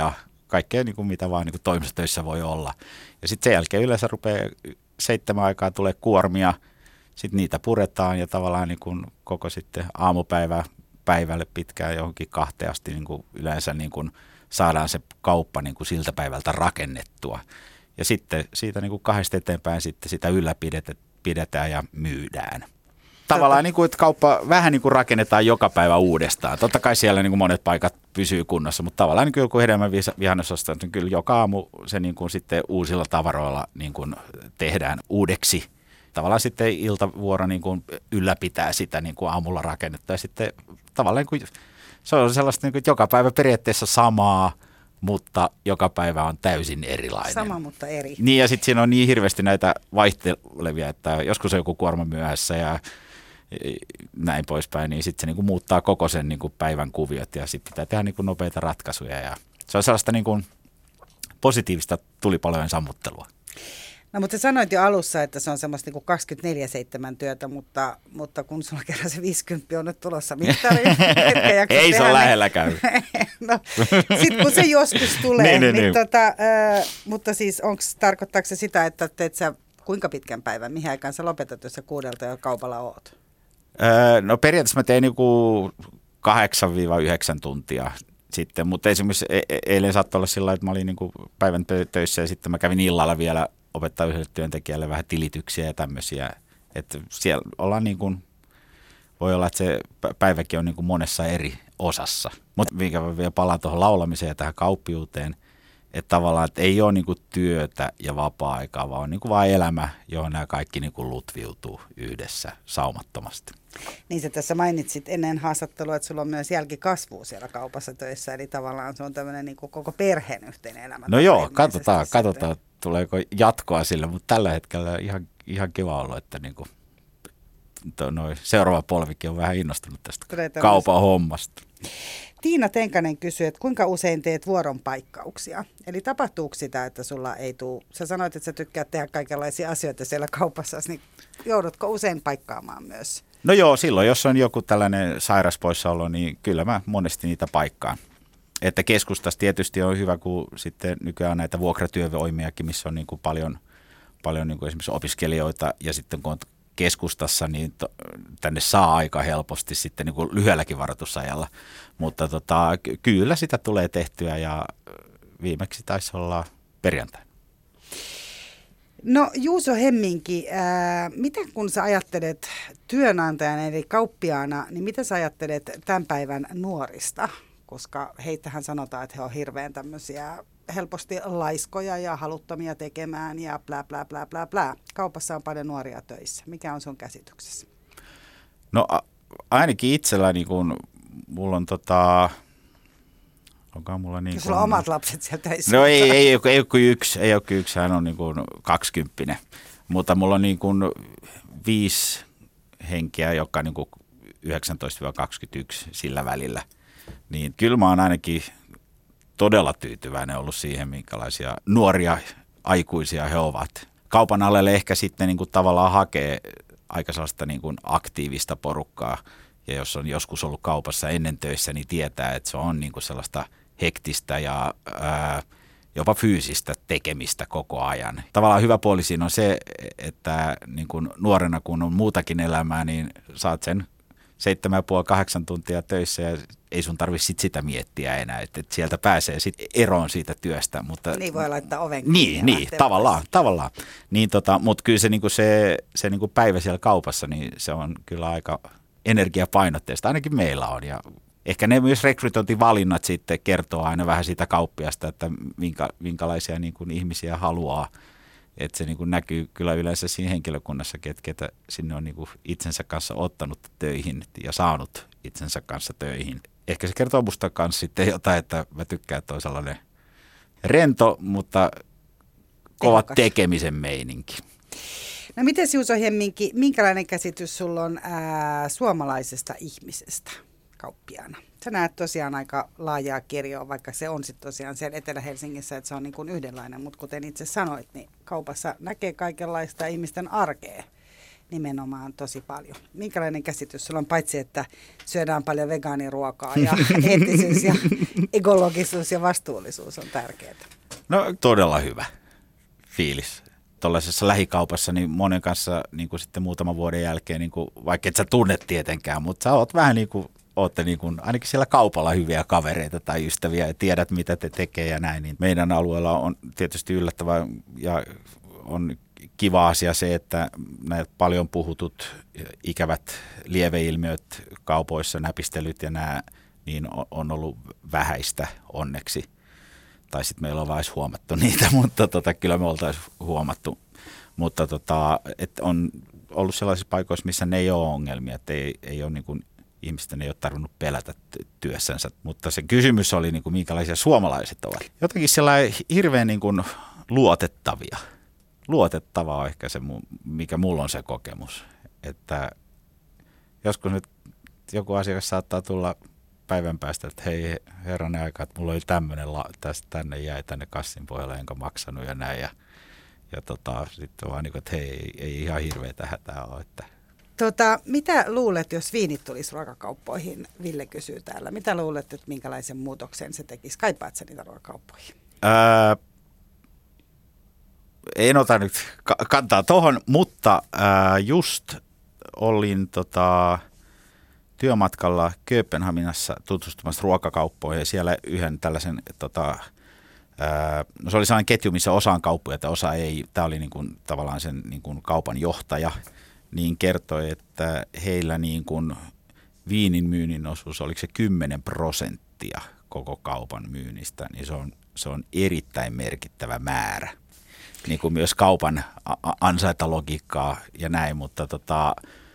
kaikkea niin kuin mitä vaan niin kuin toimistotöissä voi olla. Ja sitten sen jälkeen yleensä rupeaa seitsemän aikaa tulee kuormia, sitten niitä puretaan ja tavallaan niin kuin koko sitten aamupäivä päivälle pitkään johonkin kahteen asti niin kuin yleensä niin kuin saadaan se kauppa niin kuin siltä päivältä rakennettua. Ja sitten siitä niin kuin kahdesta eteenpäin sitten sitä ylläpidetään ja myydään. Tavallaan niin kuin, että kauppa vähän niin kuin rakennetaan joka päivä uudestaan. Totta kai siellä niin kuin monet paikat pysyy kunnossa, mutta tavallaan niin kuin joku hedelmän vihannesosto, niin kyllä joka aamu se niin kuin sitten uusilla tavaroilla niin kuin tehdään uudeksi. Tavallaan sitten iltavuoro niin kuin ylläpitää sitä niin kuin aamulla rakennetta ja sitten tavallaan niin kuin, se on sellaista, niin kuin, että joka päivä periaatteessa samaa, mutta joka päivä on täysin erilainen. Sama, mutta eri. Niin ja sitten siinä on niin hirveästi näitä vaihtelevia, että joskus on joku kuorma myöhässä ja näin poispäin, niin sitten se niin kuin muuttaa koko sen niin kuin päivän kuviot ja sitten pitää tehdä niin kuin nopeita ratkaisuja. Ja se on sellaista niin kuin positiivista tulipalojen sammuttelua. No mutta sä sanoit jo alussa, että se on semmoista niin kaksikymmentäneljä seitsemän työtä, mutta, mutta kun sulla kerran se viisikymmentä on nyt tulossa mittariin. Ei se ole lähelläkään. No, sitten kun se joskus tulee, niin, niin, niin, niin. Tota, äh, mutta siis onks, tarkoittaako se sitä, että teet sä kuinka pitkän päivän, mihin aikaan sä lopetat, jos sä kuudelta jo kaupalla oot? Öö, no periaatteessa mä tein joku kahdeksan yhdeksän tuntia sitten, mutta esimerkiksi e- eilen saattoi olla sillä, että mä olin niin kuin päivän töissä ja sitten mä kävin illalla vielä opettaa yhdelle työntekijälle vähän tilityksiä ja tämmöisiä, että siellä ollaan niin kuin, voi olla, että se päiväkin on niin kuin monessa eri osassa. Mutta minkä mä vielä palaan tuohon laulamiseen ja tähän kauppiuteen, että tavallaan että ei ole niin kuin työtä ja vapaa-aikaa, vaan on niin kuin vain elämä, johon nämä kaikki niin kuin lutviutuu yhdessä saumattomasti. Niin sä tässä mainitsit ennen haastattelua, että sulla on myös jälkikasvua siellä kaupassa töissä, eli tavallaan se on tämmöinen niin kuin koko perheen yhteinen elämä. No joo, katsotaan, katsotaan tuleeko jatkoa sille, mutta tällä hetkellä ihan, ihan kiva olla, että niin kuin noi seuraava polvikin on vähän innostunut tästä kaupan hommasta. Tiina Tenkanen kysyy, että kuinka usein teet vuoronpaikkauksia? Eli tapahtuuko sitä, että sulla ei tule, sä sanoit, että sä tykkäät tehdä kaikenlaisia asioita siellä kaupassa, niin joudutko usein paikkaamaan myös? No joo, silloin jos on joku tällainen sairaspoissaolo, niin kyllä mä monesti niitä paikkaan. Että keskustassa tietysti on hyvä, kun sitten nykyään on näitä vuokratyövoimiakin, missä on niin kuin paljon, paljon niin kuin esimerkiksi opiskelijoita ja sitten kun on keskustassa, niin to, tänne saa aika helposti sitten niin kuin lyhyelläkin varoitusajalla. Mutta tota, kyllä sitä tulee tehtyä ja viimeksi taisi olla perjantaina. No Juuso Hemminki, ää, mitä kun sä ajattelet työnantajana eli kauppiaana, niin mitä sä ajattelet tämän päivän nuorista? Koska heitähän sanotaan, että he on hirveän tämmöisiä helposti laiskoja ja haluttomia tekemään ja blää, blää, blää, blää, blää. Kaupassa on paljon nuoria töissä. Mikä on sun käsityksessä? No a- ainakin itselläni, kun mulla on tota... Onkaan mulla niin kuin... Sulla on omat lapset siellä töissä. No ei, ei, ei, ei ole kuin yksi, ei ole kuin yksi, hän on niin kuin kaksikymppinen. Mutta mulla on niin kuin viisi henkeä, joka on niin kuin yhdeksäntoista kaksikymmentäyksi sillä välillä. Niin kyllä mä oon ainakin todella tyytyväinen ollut siihen, minkälaisia nuoria aikuisia he ovat. Kaupan alelle ehkä sitten niin kuin tavallaan hakee aika sellaista niin kuin aktiivista porukkaa. Ja jos on joskus ollut kaupassa ennen töissä, niin tietää, että se on niin kuin sellaista hektistä ja ää, jopa fyysistä tekemistä koko ajan. Tavallaan hyvä puoli siinä on se, että niin kuin nuorena kun on muutakin elämää, niin saat sen seitsemän ja puoli, kahdeksan tuntia töissä ja ei sun tarvitse sit sitä miettiä enää, että et sieltä pääsee sit eroon siitä työstä. Mutta, niin voi laittaa oven Niin, niin tavallaan, tavallaan. Niin tota, mutta kyllä se, niinku se, se niinku päivä siellä kaupassa, niin se on kyllä aika energiapainotteista, ainakin meillä on. Ja ehkä ne myös rekrytointivalinnat sitten kertoo aina vähän siitä kauppiasta, että minkä, minkälaisia niin kuin ihmisiä haluaa. Että se niin kuin näkyy kyllä yleensä siinä henkilökunnassakin, että ketä sinne on niin kuin itsensä kanssa ottanut töihin ja saanut itsensä kanssa töihin. Ehkä se kertoo musta kanssa sitten jotain, että mä tykkään, että on sellainen rento, mutta kova Tehokas. tekemisen meininki. No miten Juuso Hemminki, minkälainen käsitys sulla on ää, suomalaisesta ihmisestä kauppiaana? Sä näet tosiaan aika laajaa kirjoa, vaikka se on sitten tosiaan siellä Etelä-Helsingissä, että se on niin kuin yhdenlainen, mutta kuten itse sanoit, niin kaupassa näkee kaikenlaista ihmisten arkea. nimenomaan tosi paljon. Minkälainen käsitys sulla on, paitsi että syödään paljon vegaaniruokaa ja eettisyys ja ekologisuus ja vastuullisuus on tärkeää? No todella hyvä fiilis. Tuollaisessa lähikaupassa niin monen kanssa niin kuin sitten muutaman vuoden jälkeen, niin kuin, vaikka et sä tunnet tietenkään, mutta sä oot vähän niin kuin, ootte niin kuin, ainakin siellä kaupalla hyviä kavereita tai ystäviä ja tiedät mitä te tekee ja näin. Niin meidän alueella on tietysti yllättävää ja on kiva asia se, että näitä paljon puhutut ikävät lieveilmiöt kaupoissa, näpistelyt ja nämä, niin on ollut vähäistä onneksi. Tai sitten meillä on vain huomattu niitä, mutta tota, kyllä me oltaisiin huomattu. Mutta tota, et on ollut sellaisissa paikoissa, missä ne ei ole ongelmia, että ei, ei ole niin kuin, ihmisten ei ole tarvinnut pelätä työssänsä. Mutta se kysymys oli, niin kuin, minkälaisia suomalaiset ovat. Jotenkin sellainen hirveän niin kuin, luotettavia. Luotettavaa on ehkä se, mikä mulla on se kokemus. Että joskus nyt joku asiakas saattaa tulla päivän päästä, että hei herranen aika, että mulla oli tämmöinen, la- tästä tänne jäi tänne kassin pohjalle, enkä maksanut ja näin. Ja, ja tota, sitten vaan niin kuin, että hei, ei, ei ihan hirveätä hätää ole. Että. Tota, mitä luulet, jos viinit tulisi ruokakauppoihin? Ville kysyy täällä. Mitä luulet, että minkälaisen muutoksen se tekisi? Kaipaat sä niitä ruokakauppoihin? Ää, en ota nyt kantaa tohon, mutta ää, just olin tota, työmatkalla Kööpenhaminassa tutustumassa ruokakauppoihin ja siellä yhden tällaisen, tota, ää, no se oli sellainen ketju, missä osa on kauppoja, että osa ei. Tämä oli niin kuin, tavallaan sen niin kuin kaupan johtaja, niin kertoi, että heillä niin kuin viinin myynnin osuus, oliko se kymmenen prosenttia koko kaupan myynnistä, niin se on, se on erittäin merkittävä määrä. Niin kuin myös kaupan ansaintalogiikkaa ja näin, mutta tota,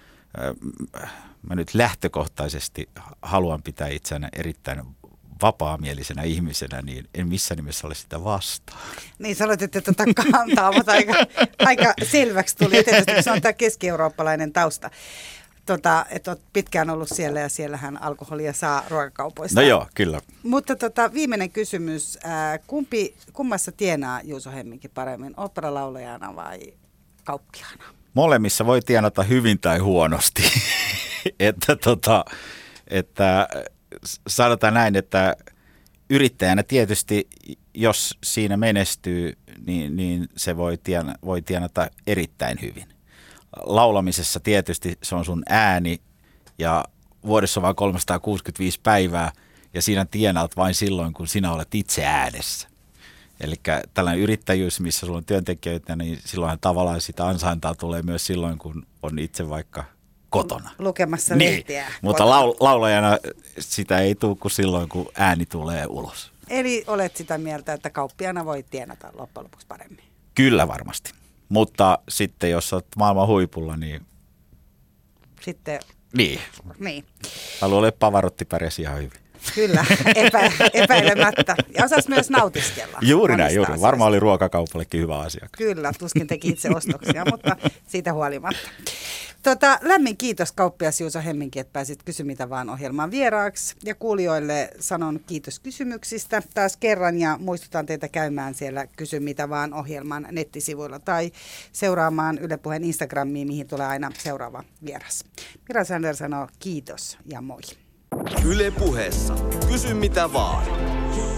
mä nyt lähtökohtaisesti haluan pitää itseäni erittäin vapaamielisenä ihmisenä, niin en missään nimessä ole sitä vastaan. Niin sanoit, että tätä kantaa, mutta aika, aika selväksi tuli. Ja tietysti kun se on tämä keski-eurooppalainen tausta, tota, että olet pitkään ollut siellä ja siellähän alkoholia saa ruokakaupoista. No joo, kyllä. Mutta tota, viimeinen kysymys. Ää, kumpi, kummassa tienaa Juuso Hemminki paremmin, oopperalaulajana vai kauppiaana? Molemmissa voi tienata hyvin tai huonosti. että, tota, että sanotaan näin, että yrittäjänä tietysti, jos siinä menestyy, niin, niin se voi, tien, voi tienata erittäin hyvin. Laulamisessa tietysti se on sun ääni ja vuodessa on vain kolmesataakuusikymmentäviisi päivää ja siinä tienaat vain silloin, kun sinä olet itse äänessä. Eli tällainen yrittäjyys, missä sulla on työntekijöitä, niin silloinhan tavallaan sitä ansaintaa tulee myös silloin, kun on itse vaikka kotona. Lukemassa niin, lehtiä. Mutta laul- laulajana sitä ei tule kuin silloin, kun ääni tulee ulos. Eli olet sitä mieltä, että kauppiaana voi tienata loppujen lopuksi paremmin? Kyllä varmasti. Mutta sitten jos olet maailman huipulla, niin... Sitten... Niin. Niin. Mä luulen, että Pavarotti pärjäsi ihan hyvin. Kyllä, epä, epäilemättä. Ja osasi myös nautiskella. Juuri näin, juuri. Asioista. Varmaan oli ruokakaupallekin hyvä asia. Kyllä, tuskin teki itse ostoksia, mutta siitä huolimatta. Tota, lämmin kiitos kauppias Juuso Hemminki, että pääsit Kysy mitä vaan -ohjelmaan vieraaksi. Ja kuulijoille sanon kiitos kysymyksistä taas kerran ja muistutan teitä käymään siellä Kysy mitä vaan -ohjelman nettisivuilla tai seuraamaan Yle Puheen Instagramiin, mihin tulee aina seuraava vieras. Mira Sander sanoo kiitos ja moi. Yle Puheessa. Kysy mitä vaan.